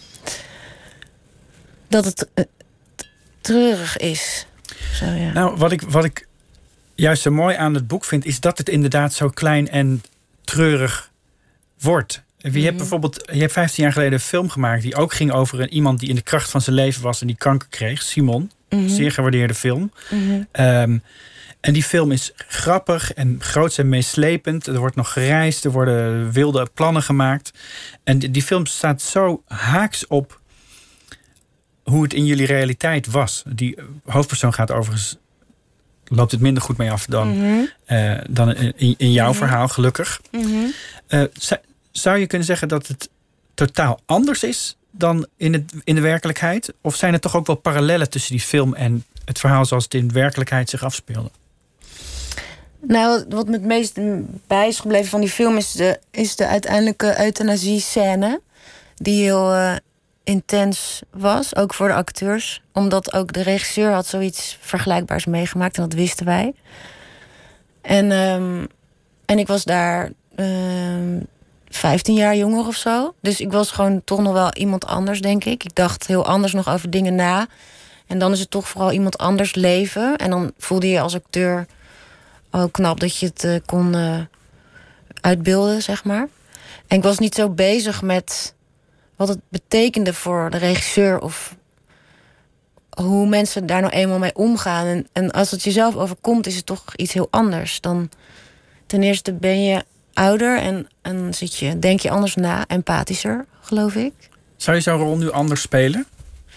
dat het eh, t- treurig is. Zo, ja. Nou, wat ik, wat ik juist zo mooi aan het boek vind, is dat het inderdaad zo klein en treurig wordt. Je Mhm. hebt bijvoorbeeld, je hebt vijftien jaar geleden een film gemaakt die ook ging over een, iemand die in de kracht van zijn leven was en die kanker kreeg, Simon. Mhm. Zeer gewaardeerde film. Mhm. Ehm, en die film is grappig en groots en meeslepend. Er wordt nog gereisd, er worden wilde plannen gemaakt. En die, die film staat zo haaks op hoe het in jullie realiteit was. Die hoofdpersoon gaat overigens, loopt het minder goed mee af dan, Mhm. eh, dan in, in jouw Mhm. verhaal, gelukkig. Mhm. Eh, zou, zou je kunnen zeggen dat het totaal anders is dan in, het, in de werkelijkheid? Of zijn er toch ook wel parallellen tussen die film en het verhaal zoals het in de werkelijkheid zich afspeelde? Nou, wat me het meest bij is gebleven van die film is de, is de uiteindelijke euthanasie-scène. Die heel eh, intens was, ook voor de acteurs. Omdat ook de regisseur had zoiets vergelijkbaars meegemaakt en dat wisten wij. En, ehm, en ik was daar ehm vijftien jaar jonger of zo. Dus ik was gewoon toch nog wel iemand anders, denk ik. Ik dacht heel anders nog over dingen na. En dan is het toch vooral iemand anders leven. En dan voelde je als acteur ook knap dat je het eh, kon eh, uitbeelden, zeg maar. En ik was niet zo bezig met wat het betekende voor de regisseur of hoe mensen daar nou eenmaal mee omgaan. En, en als het jezelf overkomt, is het toch iets heel anders. Dan ten eerste ben je ouder en, en zit je, denk je anders na, empathischer, geloof ik. Zou je zo'n rol nu anders spelen?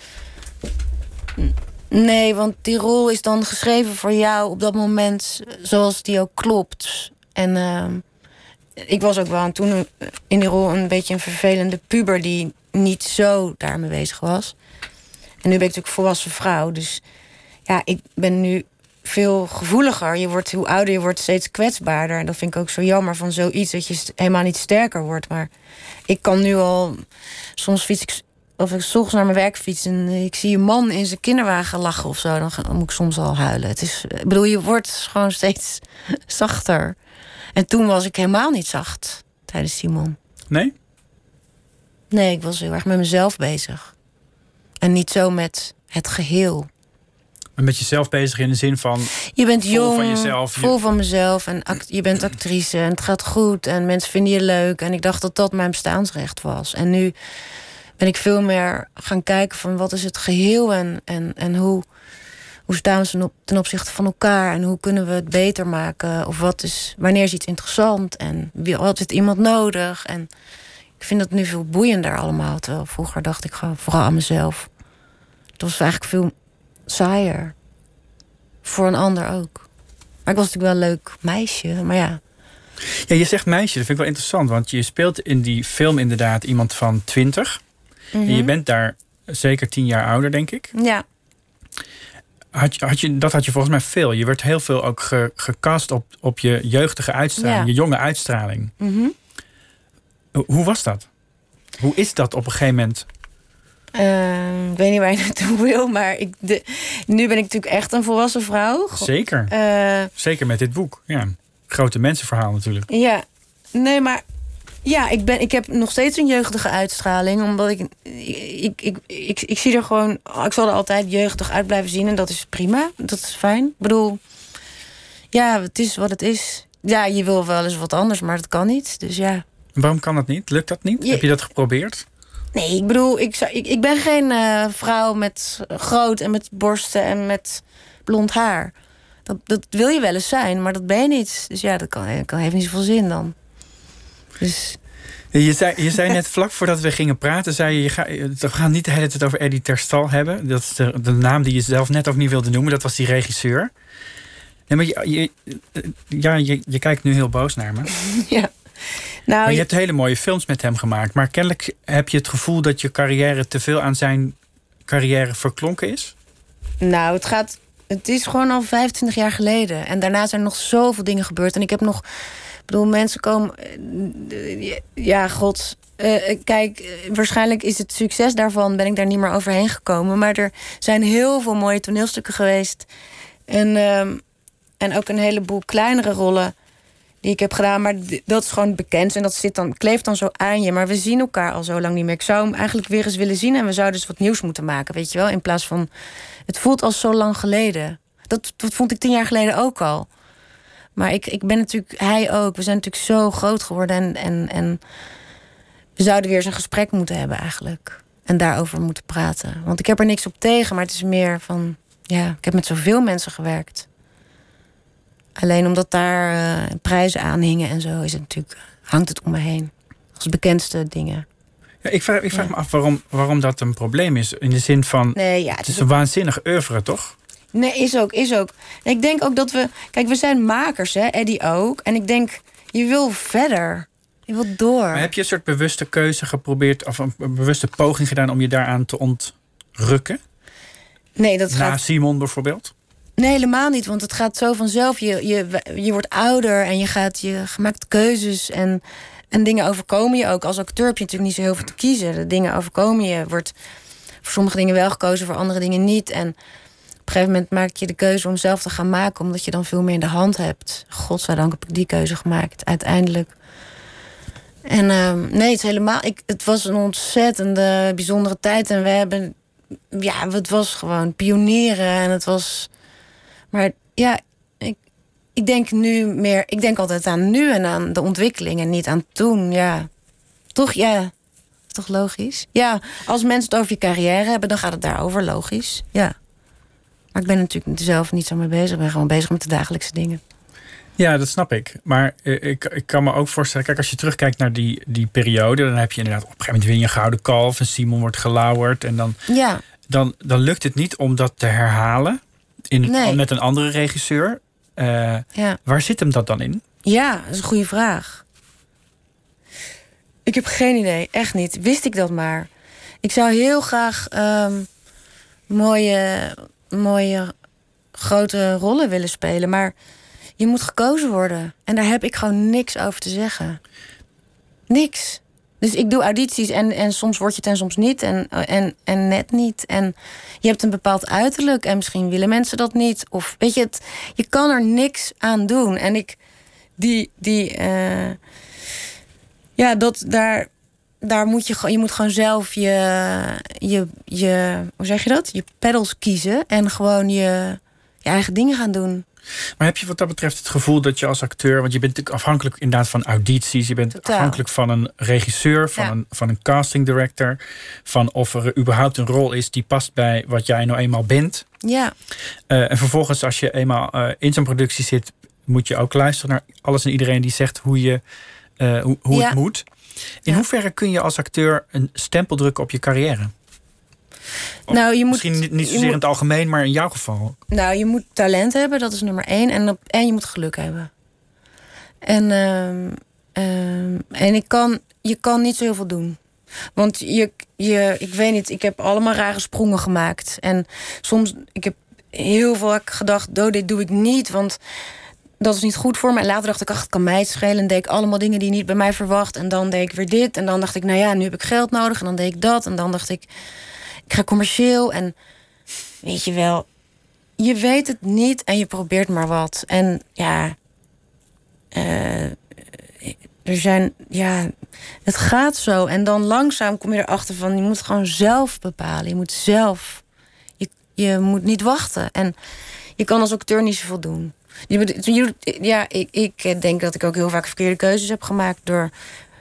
Nee, want die rol is dan geschreven voor jou op dat moment zoals die ook klopt. En uh, ik was ook wel toen in die rol een beetje een vervelende puber die niet zo daarmee bezig was. En nu ben ik natuurlijk volwassen vrouw, dus ja, ik ben nu veel gevoeliger. Je wordt, hoe ouder je wordt, steeds kwetsbaarder. En dat vind ik ook zo jammer van zoiets, dat je helemaal niet sterker wordt. Maar ik kan nu al, soms fiets ik, of ik 's ochtends naar mijn werk fiets en ik zie een man in zijn kinderwagen lachen of zo, dan, dan moet ik soms al huilen. Het is, ik bedoel, je wordt gewoon steeds zachter. En toen was ik helemaal niet zacht tijdens Simon. Nee? Nee, ik was heel erg met mezelf bezig. En niet zo met het geheel. En met jezelf bezig in de zin van Je bent vol jong, van jezelf. vol van mezelf en act, je bent actrice en het gaat goed en mensen vinden je leuk. En ik dacht dat dat mijn bestaansrecht was. En nu ben ik veel meer gaan kijken van wat is het geheel en, en, en hoe, hoe staan ze op, ten opzichte van elkaar en hoe kunnen we het beter maken. Of wat is, wanneer is iets interessant en wie, wat heeft iemand nodig. En ik vind dat nu veel boeiender allemaal. Terwijl vroeger dacht ik gewoon vooral aan mezelf. Het was eigenlijk veel saaier. Voor een ander ook. Maar ik was natuurlijk wel een leuk meisje, maar ja. Ja, je zegt meisje, dat vind ik wel interessant. Want je speelt in die film inderdaad iemand van twintig. Mm-hmm. En je bent daar zeker tien jaar ouder, denk ik. Ja. Had je, had je, dat had je volgens mij veel. Je werd heel veel ook ge, gecast op, op je jeugdige uitstraling. Ja. Je jonge uitstraling. Mm-hmm. Hoe, hoe was dat? Hoe is dat op een gegeven moment? Uh, ik weet niet waar je naartoe wil, maar ik de, nu ben ik natuurlijk echt een volwassen vrouw. Zeker. Uh, Zeker met dit boek. Ja. Grote mensenverhaal natuurlijk. Ja, nee, maar ja, ik, ben, ik heb nog steeds een jeugdige uitstraling. Omdat ik ik, ik, ik, ik zie er gewoon, ik zal er altijd jeugdig uit blijven zien. En dat is prima, dat is fijn. Ik bedoel, ja, het is wat het is. Ja, je wil wel eens wat anders, maar dat kan niet. Dus ja. Waarom kan dat niet? Lukt dat niet? Je... Heb je dat geprobeerd? Nee, ik bedoel, ik, ik, ik ben geen uh, vrouw met groot en met borsten en met blond haar. Dat, dat wil je wel eens zijn, maar dat ben je niet. Dus ja, dat, kan, dat heeft niet zoveel zin dan. Dus... Je zei, je zei net vlak voordat we gingen praten, zei je, je ga, we gaan niet de hele tijd over Eddie Terstal hebben. Dat is de, de naam die je zelf net ook niet wilde noemen. Dat was die regisseur. Nee, maar je, je, ja, je, je kijkt nu heel boos naar me. Ja. Nou, maar je hebt hele mooie films met hem gemaakt. Maar kennelijk heb je het gevoel dat je carrière te veel aan zijn carrière verklonken is? Nou, het gaat. Het is gewoon al vijfentwintig jaar geleden. En daarna zijn er nog zoveel dingen gebeurd. En ik heb nog bedoel, mensen komen... uh, ja, god... Uh, kijk, uh, waarschijnlijk is het succes daarvan... ben ik daar niet meer overheen gekomen. Maar er zijn heel veel mooie toneelstukken geweest. En, uh, en ook een heleboel kleinere rollen... die ik heb gedaan. Maar d- dat is gewoon bekend. En dat zit dan, kleeft dan zo aan je. Maar we zien elkaar al zo lang niet meer. Ik zou hem eigenlijk weer eens willen zien... en we zouden dus wat nieuws moeten maken, weet je wel? In plaats van... Het voelt als zo lang geleden. Dat, dat vond ik tien jaar geleden ook al. Maar ik, ik ben natuurlijk... Hij ook. We zijn natuurlijk zo groot geworden. En, en, en we zouden weer eens een gesprek moeten hebben eigenlijk. En daarover moeten praten. Want ik heb er niks op tegen. Maar het is meer van... Ja, ik heb met zoveel mensen gewerkt. Alleen omdat daar uh, prijzen aan hingen en zo... Is het natuurlijk, hangt het om me heen. Als bekendste dingen. Ja, ik vraag, ik vraag Ja. me af waarom, waarom dat een probleem is. In de zin van... Nee, ja, het het is is een waanzinnig oeuvre, toch? Nee, is ook, is ook. En ik denk ook dat we... Kijk, we zijn makers, hè, Eddie ook. En ik denk, je wil verder. Je wil door. Maar heb je een soort bewuste keuze geprobeerd... of een bewuste poging gedaan om je daaraan te ontrukken? Nee, dat Na gaat... Simon bijvoorbeeld? Nee, helemaal niet. Want het gaat zo vanzelf. Je, je, je wordt ouder en je, gaat, je maakt keuzes. En, en dingen overkomen je ook. Als acteur heb je natuurlijk niet zo heel veel te kiezen. De dingen overkomen je. Wordt voor sommige dingen wel gekozen, voor andere dingen niet. En op een gegeven moment maak je de keuze om zelf te gaan maken. Omdat je dan veel meer in de hand hebt. Godzijdank heb ik die keuze gemaakt, uiteindelijk. En uh, nee, het is helemaal... Ik, het was een ontzettende bijzondere tijd. En we hebben... Ja, het was gewoon pionieren. En het was... Maar ja, ik, ik denk nu meer... Ik denk altijd aan nu en aan de ontwikkeling en niet aan toen. Ja, toch, ja. Toch logisch? Ja, als mensen het over je carrière hebben, dan gaat het daarover, logisch. Ja. Maar ik ben natuurlijk zelf niet zo mee bezig. Ik ben gewoon bezig met de dagelijkse dingen. Ja, dat snap ik. Maar eh, ik, ik kan me ook voorstellen... Kijk, als je terugkijkt naar die, die periode... dan heb je inderdaad op een gegeven moment win je een gouden kalf... en Simon wordt gelauwerd. En dan, Ja. dan, dan lukt het niet om dat te herhalen... In, Nee. met een andere regisseur. Uh, Ja. Waar zit hem dat dan in? Ja, dat is een goede vraag. Ik heb geen idee, echt niet. Wist ik dat maar. Ik zou heel graag um, mooie, mooie, grote rollen willen spelen. Maar je moet gekozen worden. En daar heb ik gewoon niks over te zeggen. Niks. Dus ik doe audities en, en soms word je het en soms niet. En, en, en net niet. En je hebt een bepaald uiterlijk. En misschien willen mensen dat niet. Of weet je, het, je kan er niks aan doen. En ik... Die... die uh, ja, dat daar... Daar moet je, je moet gewoon zelf je, je, je... Hoe zeg je dat? Je pedals kiezen. En gewoon je, je eigen dingen gaan doen. Maar heb je wat dat betreft het gevoel dat je als acteur... want je bent natuurlijk afhankelijk inderdaad van audities... je bent Totaal. afhankelijk van een regisseur, van, Ja. een, van een casting director... van of er überhaupt een rol is die past bij wat jij nou eenmaal bent. Ja. Uh, en vervolgens als je eenmaal uh, in zo'n productie zit... moet je ook luisteren naar alles en iedereen die zegt hoe, je, uh, hoe, hoe Ja. het moet. In Ja. hoeverre kun je als acteur een stempel drukken op je carrière? Of Nou, je moet, misschien niet, niet je zozeer moet- in het algemeen, maar in jouw geval. Nou, je moet talent hebben, dat is nummer één. En, op, en je moet geluk hebben. En, ehm, ehm, en ik kan, je kan niet zo heel veel doen. Want je, je, ik weet niet, ik heb allemaal rare sprongen gemaakt. En soms, ik heb heel vaak gedacht, oh, dit doe ik niet, want dat is niet goed voor me. En later dacht ik, ach, het kan mij het schelen. En deed ik allemaal dingen die je niet bij mij verwacht. En dan deed ik weer dit. En dan dacht ik, nou ja, nu heb ik geld nodig. En dan deed ik dat. En dan dacht ik, ik ga commercieel. En weet je wel, je weet het niet en je probeert maar wat. En ja, uh, er zijn, ja, het gaat zo. En dan langzaam kom je erachter van, je moet gewoon zelf bepalen. Je moet zelf, je, je moet niet wachten. En je kan als acteur niet zoveel doen. Je, moet- je, ja, ik, ik denk dat ik ook heel vaak verkeerde keuzes heb gemaakt door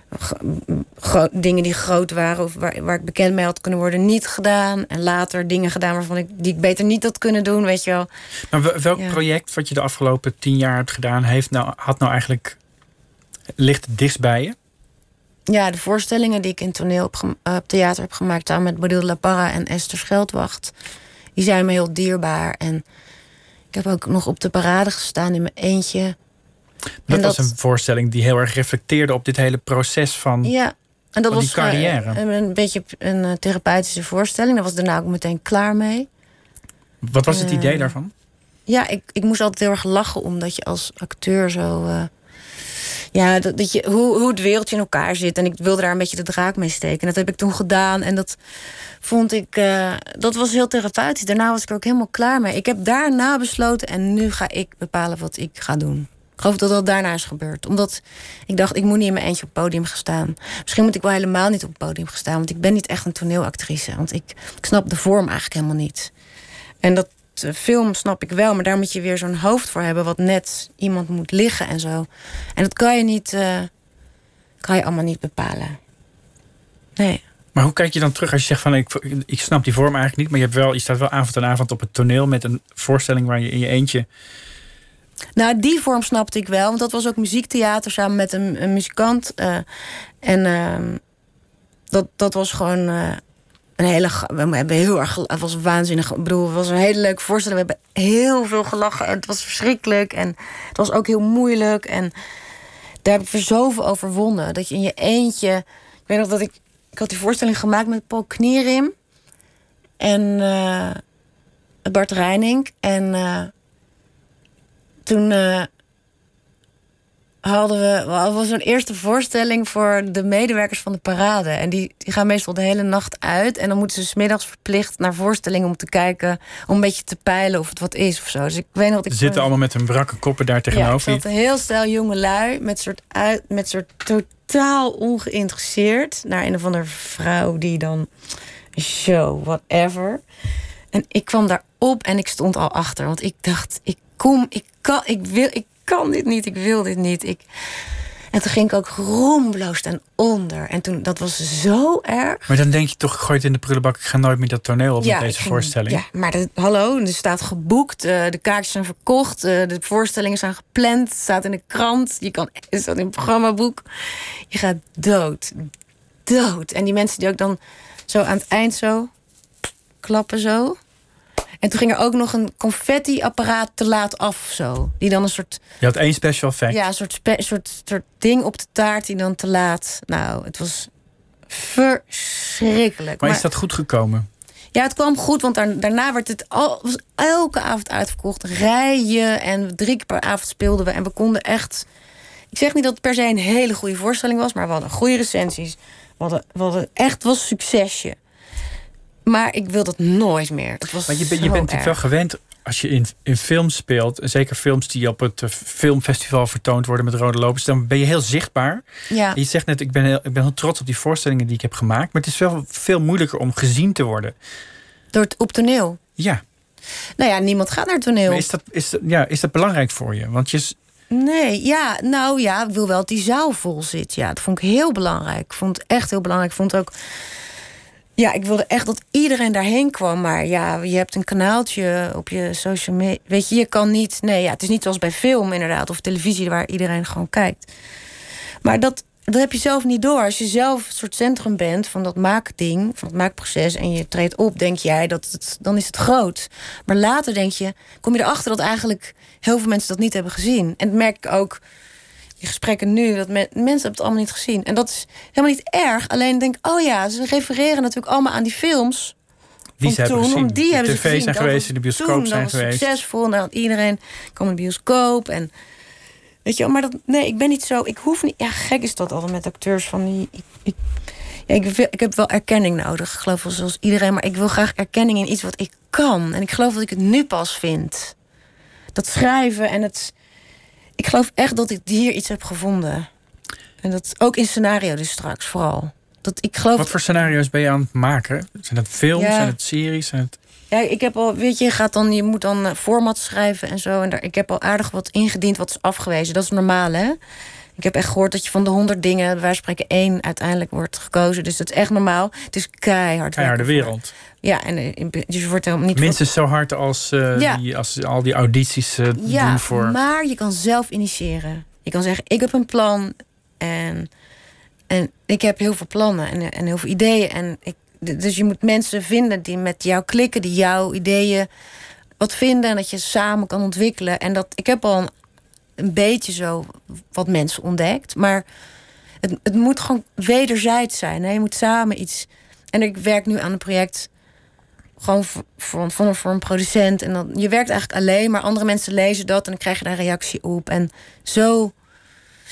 gro- dingen die groot waren of waar, waar ik bekend mee had kunnen worden, niet gedaan. En later dingen gedaan waarvan ik, die ik beter niet had kunnen doen, weet je wel. Maar wel- welk Ja. project wat je de afgelopen tien jaar hebt gedaan... Heeft nou, had nou eigenlijk, ligt het dichtst bij je? Ja, de voorstellingen die ik in toneel op, gem- uh, op theater heb gemaakt, samen met Bodil La Parra en Esther Scheldwacht, die zijn me heel dierbaar. En ik heb ook nog op de parade gestaan in mijn eentje. Dat, En was dat- een voorstelling die heel erg reflecteerde op dit hele proces van... Ja, en dat Van die was gewoon, carrière. uh, een, een beetje een uh, therapeutische voorstelling. Daar was daarna ook meteen klaar mee. Wat was het Eh, idee daarvan? Ja, ik, ik moest altijd heel erg lachen, omdat je als acteur zo... uh, Ja, dat, dat je, hoe, hoe het wereldje in elkaar zit. En ik wilde daar een beetje de draak mee steken. En dat heb ik toen gedaan. En dat vond ik... Uh, dat was heel therapeutisch. Daarna was ik er ook helemaal klaar mee. Ik heb daarna besloten... en nu ga ik bepalen wat ik ga doen. Ik geloof dat dat daarna is gebeurd. Omdat ik dacht, ik moet niet in mijn eentje op het podium gaan staan. Misschien moet ik wel helemaal niet op het podium gaan staan. Want ik ben niet echt een toneelactrice. Want ik, ik snap de vorm eigenlijk helemaal niet. En dat uh, film snap ik wel. Maar daar moet je weer zo'n hoofd voor hebben... wat net iemand moet liggen en zo. En dat kan je niet... Uh, kan je allemaal niet bepalen. Nee. Maar hoe kijk je dan terug als je zegt van... ik, ik snap die vorm eigenlijk niet... maar je, hebt wel, je staat wel avond aan avond op het toneel... met een voorstelling waar je in je eentje... Nou, die vorm snapte ik wel. Want dat was ook muziektheater samen met een, een muzikant. Uh, en uh, dat, dat was gewoon uh, een hele... We hebben heel erg... Het was waanzinnig. Ik bedoel, het was een hele leuke voorstelling. We hebben heel veel gelachen. En het was verschrikkelijk. En het was ook heel moeilijk. En daar heb ik er zoveel overwonnen. Dat je in je eentje... Ik weet nog dat ik... Ik had die voorstelling gemaakt met Paul Knierim. En uh, Bart Reining. En... Uh, Toen uh, hadden we... Het was een eerste voorstelling voor de medewerkers van de parade. En die, die gaan meestal de hele nacht uit. En dan moeten ze 's middags verplicht naar voorstellingen om te kijken... om een beetje te peilen of het wat is of zo. Dus ik weet nog dat ik... Ze zitten allemaal met hun brakke koppen daar tegenover. Ja, ik zat een heel stel jonge lui... met soort, uit, met soort totaal ongeïnteresseerd... naar een of andere vrouw die dan... show, whatever. En ik kwam daar op en ik stond al achter. Want ik dacht... ik Kom, ik kan, ik wil, ik kan dit niet, ik wil dit niet. Ik... En toen ging ik ook roemloos ten onder. En toen, dat was zo erg. Maar dan denk je toch, ik gooi het in de prullenbak... ik ga nooit meer dat toneel op ja, met deze ging, voorstelling. Ja, maar de, hallo, er staat geboekt. Uh, de kaartjes zijn verkocht. Uh, de voorstellingen zijn gepland. Het staat in de krant. Je kan, het staat in het programmaboek. Je gaat dood. Dood. En die mensen die ook dan zo aan het eind zo... klappen zo... En toen ging er ook nog een confetti-apparaat te laat af, zo. Die dan een soort... Je had één special effect. Ja, een soort, spe, soort, soort ding op de taart die dan te laat... Nou, het was verschrikkelijk. Maar, maar is maar, dat goed gekomen? Ja, het kwam goed, want daar, daarna werd het al, was elke avond uitverkocht. Rijen en drie keer per avond speelden we. En we konden echt... Ik zeg niet dat het per se een hele goede voorstelling was... maar we hadden goede recensies. We hadden, we hadden echt, het was een succesje. Maar ik wil dat nooit meer. Dat was maar je, ben, je bent natuurlijk erg. wel gewend als je in, in films speelt... zeker films die op het uh, filmfestival vertoond worden met rode lopers... dan ben je heel zichtbaar. Ja. Je zegt net, ik ben, heel, ik ben heel trots op die voorstellingen die ik heb gemaakt... maar het is wel veel moeilijker om gezien te worden. Door het, op toneel? Ja. Nou ja, niemand gaat naar toneel. Maar is dat, is dat, ja, is dat belangrijk voor je? Want je... Nee, ja, nou ja, ik wil wel dat die zaal vol zit. Ja, dat vond ik heel belangrijk. Ik vond het echt heel belangrijk. Ik vond ook... Ja, ik wilde echt dat iedereen daarheen kwam. Maar ja, je hebt een kanaaltje op je social media. Weet je, je kan niet... Nee, ja, het is niet zoals bij film inderdaad. Of televisie waar iedereen gewoon kijkt. Maar dat, dat heb je zelf niet door. Als je zelf het soort centrum bent van dat maakding... van het maakproces en je treedt op, denk jij dat het... dan is het groot. Maar later denk je... kom je erachter dat eigenlijk heel veel mensen dat niet hebben gezien. En dat merk ik ook... die gesprekken nu, dat men, mensen hebben het allemaal niet gezien. En dat is helemaal niet erg. Alleen denk ik, oh ja, ze refereren natuurlijk allemaal aan die films. Die ze toen, hebben gezien. Om die de hebben tv ze gezien. zijn dat geweest, in de bioscoop toen, zijn dat was geweest. Succesvol, en dan had iedereen kwam in de bioscoop. En weet je, maar dat, nee, ik ben niet zo. Ik hoef niet. Ja, gek is dat altijd met acteurs van die. Ik, ik, ja, ik, wil, ik heb wel erkenning nodig. Ik geloof wel zoals iedereen, maar ik wil graag erkenning in iets wat ik kan. En ik geloof dat ik het nu pas vind. Dat schrijven en het. Ik geloof echt dat ik hier iets heb gevonden. En dat ook in scenario dus straks vooral. Dat ik geloof. Wat voor scenario's ben je aan het maken? Zijn het films, Ja. zijn het series? Zijn het... Ja, ik heb al, weet je, je gaat dan, je moet dan uh, format schrijven en zo. En daar, ik heb al aardig wat ingediend wat is afgewezen. Dat is normaal, hè? Ik heb echt gehoord dat je van de honderd dingen, wij spreken één, uiteindelijk wordt gekozen. Dus dat is echt normaal. Het is keihard. Keiharde werken wereld. voor. Ja, en uh, dus je wordt helemaal niet. Minstens zo hard als, uh, Ja. die, als al die audities uh, Ja, doen voor. maar je kan zelf initiëren. Je kan zeggen, ik heb een plan en, en ik heb heel veel plannen en, en heel veel ideeën. En ik, dus je moet mensen vinden die met jou klikken, die jouw ideeën wat vinden en dat je samen kan ontwikkelen. En dat, ik heb al een, een beetje zo wat mensen ontdekt, maar het, het moet gewoon wederzijds zijn. Hè? Je moet samen iets. En ik werk nu aan een project gewoon voor, voor, voor, voor een producent. En dan, je werkt eigenlijk alleen, maar andere mensen lezen dat en dan krijg je daar een reactie op. En zo,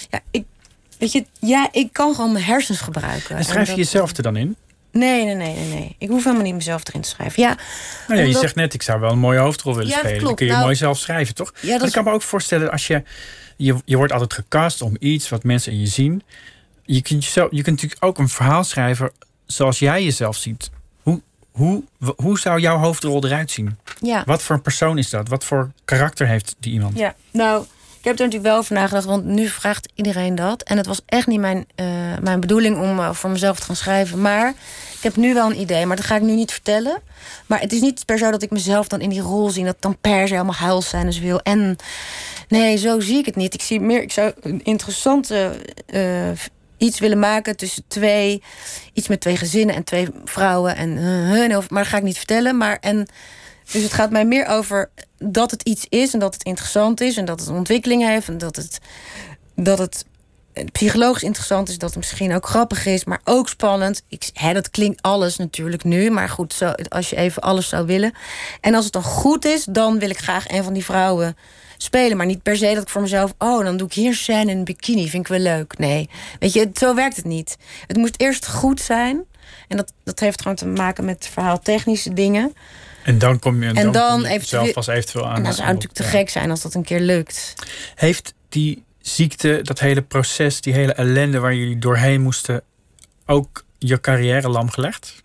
Ja, ik, weet je, ja, ik kan gewoon mijn hersens gebruiken. En schrijf je dat, jezelf er dan in? Nee, nee, nee, nee, nee. Ik hoef helemaal niet mezelf erin te schrijven. Ja, Nou ja, je omdat... zegt net, ik zou wel een mooie hoofdrol willen Ja, dat spelen. klopt. Dan kun je Nou, mooi zelf schrijven, toch? Ja, Maar dat ik kan me ook voorstellen, als je, je... Je wordt altijd gecast om iets wat mensen in je zien. Je kunt, jezelf, je kunt natuurlijk ook een verhaal schrijven zoals jij jezelf ziet. Hoe, hoe, hoe zou jouw hoofdrol eruit zien? Ja. Wat voor een persoon is dat? Wat voor karakter heeft die iemand? Ja, nou, ik heb er natuurlijk wel over nagedacht, want nu vraagt iedereen dat. En het was echt niet mijn, uh, mijn bedoeling om uh, voor mezelf te gaan schrijven. Maar ik heb nu wel een idee, maar dat ga ik nu niet vertellen. Maar het is niet per se dat ik mezelf dan in die rol zie, dat dan per se helemaal huilscènes wil. En nee, zo zie ik het niet. Ik zie meer, ik zou een interessante uh, iets willen maken tussen twee, iets met twee gezinnen en twee vrouwen. En, uh, maar dat ga ik niet vertellen. Maar en dus het gaat mij meer over dat het iets is en dat het interessant is en dat het een ontwikkeling heeft en dat het, dat het psychologisch interessant is, dat het misschien ook grappig is, maar ook spannend. Ik, hè, dat klinkt alles natuurlijk nu, maar goed, zo, als je even alles zou willen. En als het dan goed is, dan wil ik graag een van die vrouwen spelen, maar niet per se dat ik voor mezelf, oh, dan doe ik hier scène in een bikini, vind ik wel leuk. Nee, weet je, zo werkt het niet. Het moet eerst goed zijn en dat, dat heeft gewoon te maken met verhaaltechnische dingen. En dan kom je, en en dan dan kom je eventueel, zelf pas eventueel aan. En dat zou natuurlijk te gek zijn als dat een keer lukt. Heeft die ziekte, dat hele proces, die hele ellende waar jullie doorheen moesten, ook je carrière lam gelegd?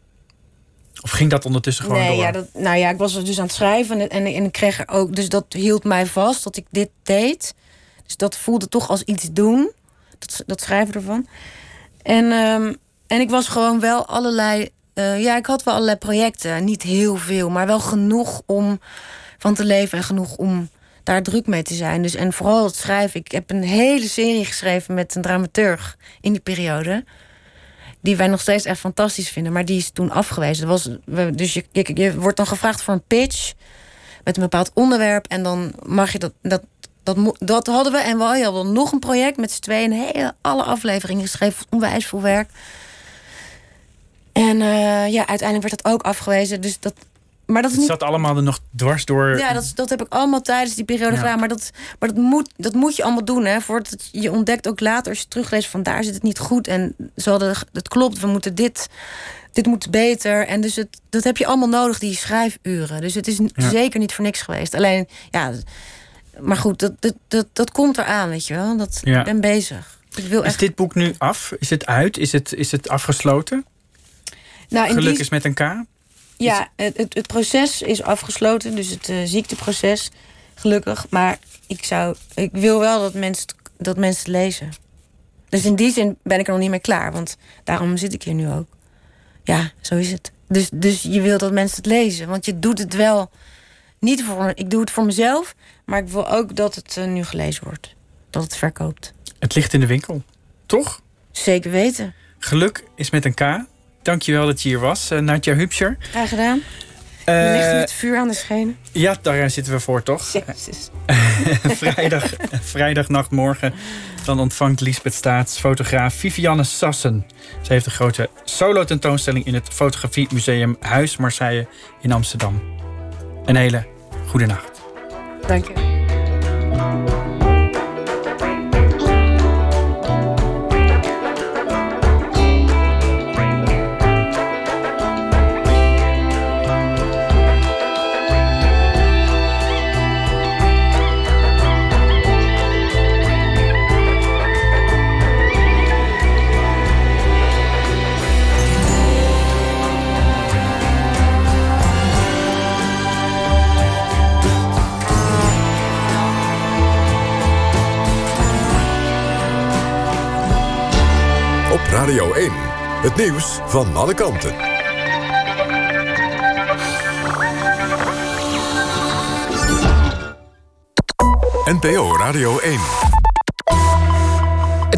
Of ging dat ondertussen gewoon nee, door? Ja, dat, nou ja, ik was dus aan het schrijven en, en, en ik kreeg er ook, dus dat hield mij vast dat ik dit deed. Dus dat voelde toch als iets doen, dat, dat schrijven ervan. En, um, en ik was gewoon wel allerlei, uh, ja, ik had wel allerlei projecten, niet heel veel, maar wel genoeg om van te leven en genoeg om daar druk mee te zijn. Dus, en vooral het schrijven. Ik heb een hele serie geschreven met een dramaturg in die periode, die wij nog steeds echt fantastisch vinden, maar die is toen afgewezen. Dat was, dus je, je, je wordt dan gevraagd voor een pitch met een bepaald onderwerp en dan mag je dat, dat, dat, dat hadden we. En we hadden nog een project met z'n tweeën, een hele, alle afleveringen geschreven, onwijs veel werk. En uh, ja, uiteindelijk werd dat ook afgewezen. Dus dat, maar dat is niet... Het zat allemaal er nog dwars door. Ja, dat, dat heb ik allemaal tijdens die periode ja. gedaan. Maar, dat, maar dat, moet, dat moet je allemaal doen. Hè, voordat je ontdekt ook later, als je terugleest, van daar zit het niet goed. En ze hadden, het klopt, we moeten dit, dit moet beter. En dus het, dat heb je allemaal nodig, die schrijfuren. Dus het is ja. zeker niet voor niks geweest. Alleen, ja, maar goed, dat, dat, dat, dat komt eraan, weet je wel. Dat, ja. Ik ben bezig. Ik wil is echt... dit boek nu af? Is het uit? Is het, is het afgesloten? Nou, Geluk die... is met een K? Ja, het, het, het proces is afgesloten. Dus het uh, ziekteproces, gelukkig. Maar ik, zou, ik wil wel dat mensen, dat mensen het lezen. Dus in die zin ben ik er nog niet mee klaar. Want daarom zit ik hier nu ook. Ja, zo is het. Dus, dus je wilt dat mensen het lezen. Want je doet het wel niet voor me. Ik doe het voor mezelf. Maar ik wil ook dat het uh, nu gelezen wordt. Dat het verkoopt. Het ligt in de winkel, toch? Zeker weten. Geluk is met een K. Dankjewel dat je hier was, uh, Nadja Hübscher. Graag gedaan. Je uh, ligt met vuur aan de schenen. Ja, daar zitten we voor, toch? Jezus. Vrijdag, vrijdagnacht morgen. Dan ontvangt Liesbeth Staats fotograaf Vivianne Sassen. Ze heeft een grote solo-tentoonstelling in het Fotografiemuseum Huis Marseille in Amsterdam. Een hele goede nacht. Dank je. Radio één, het nieuws van alle kanten. N P O Radio één.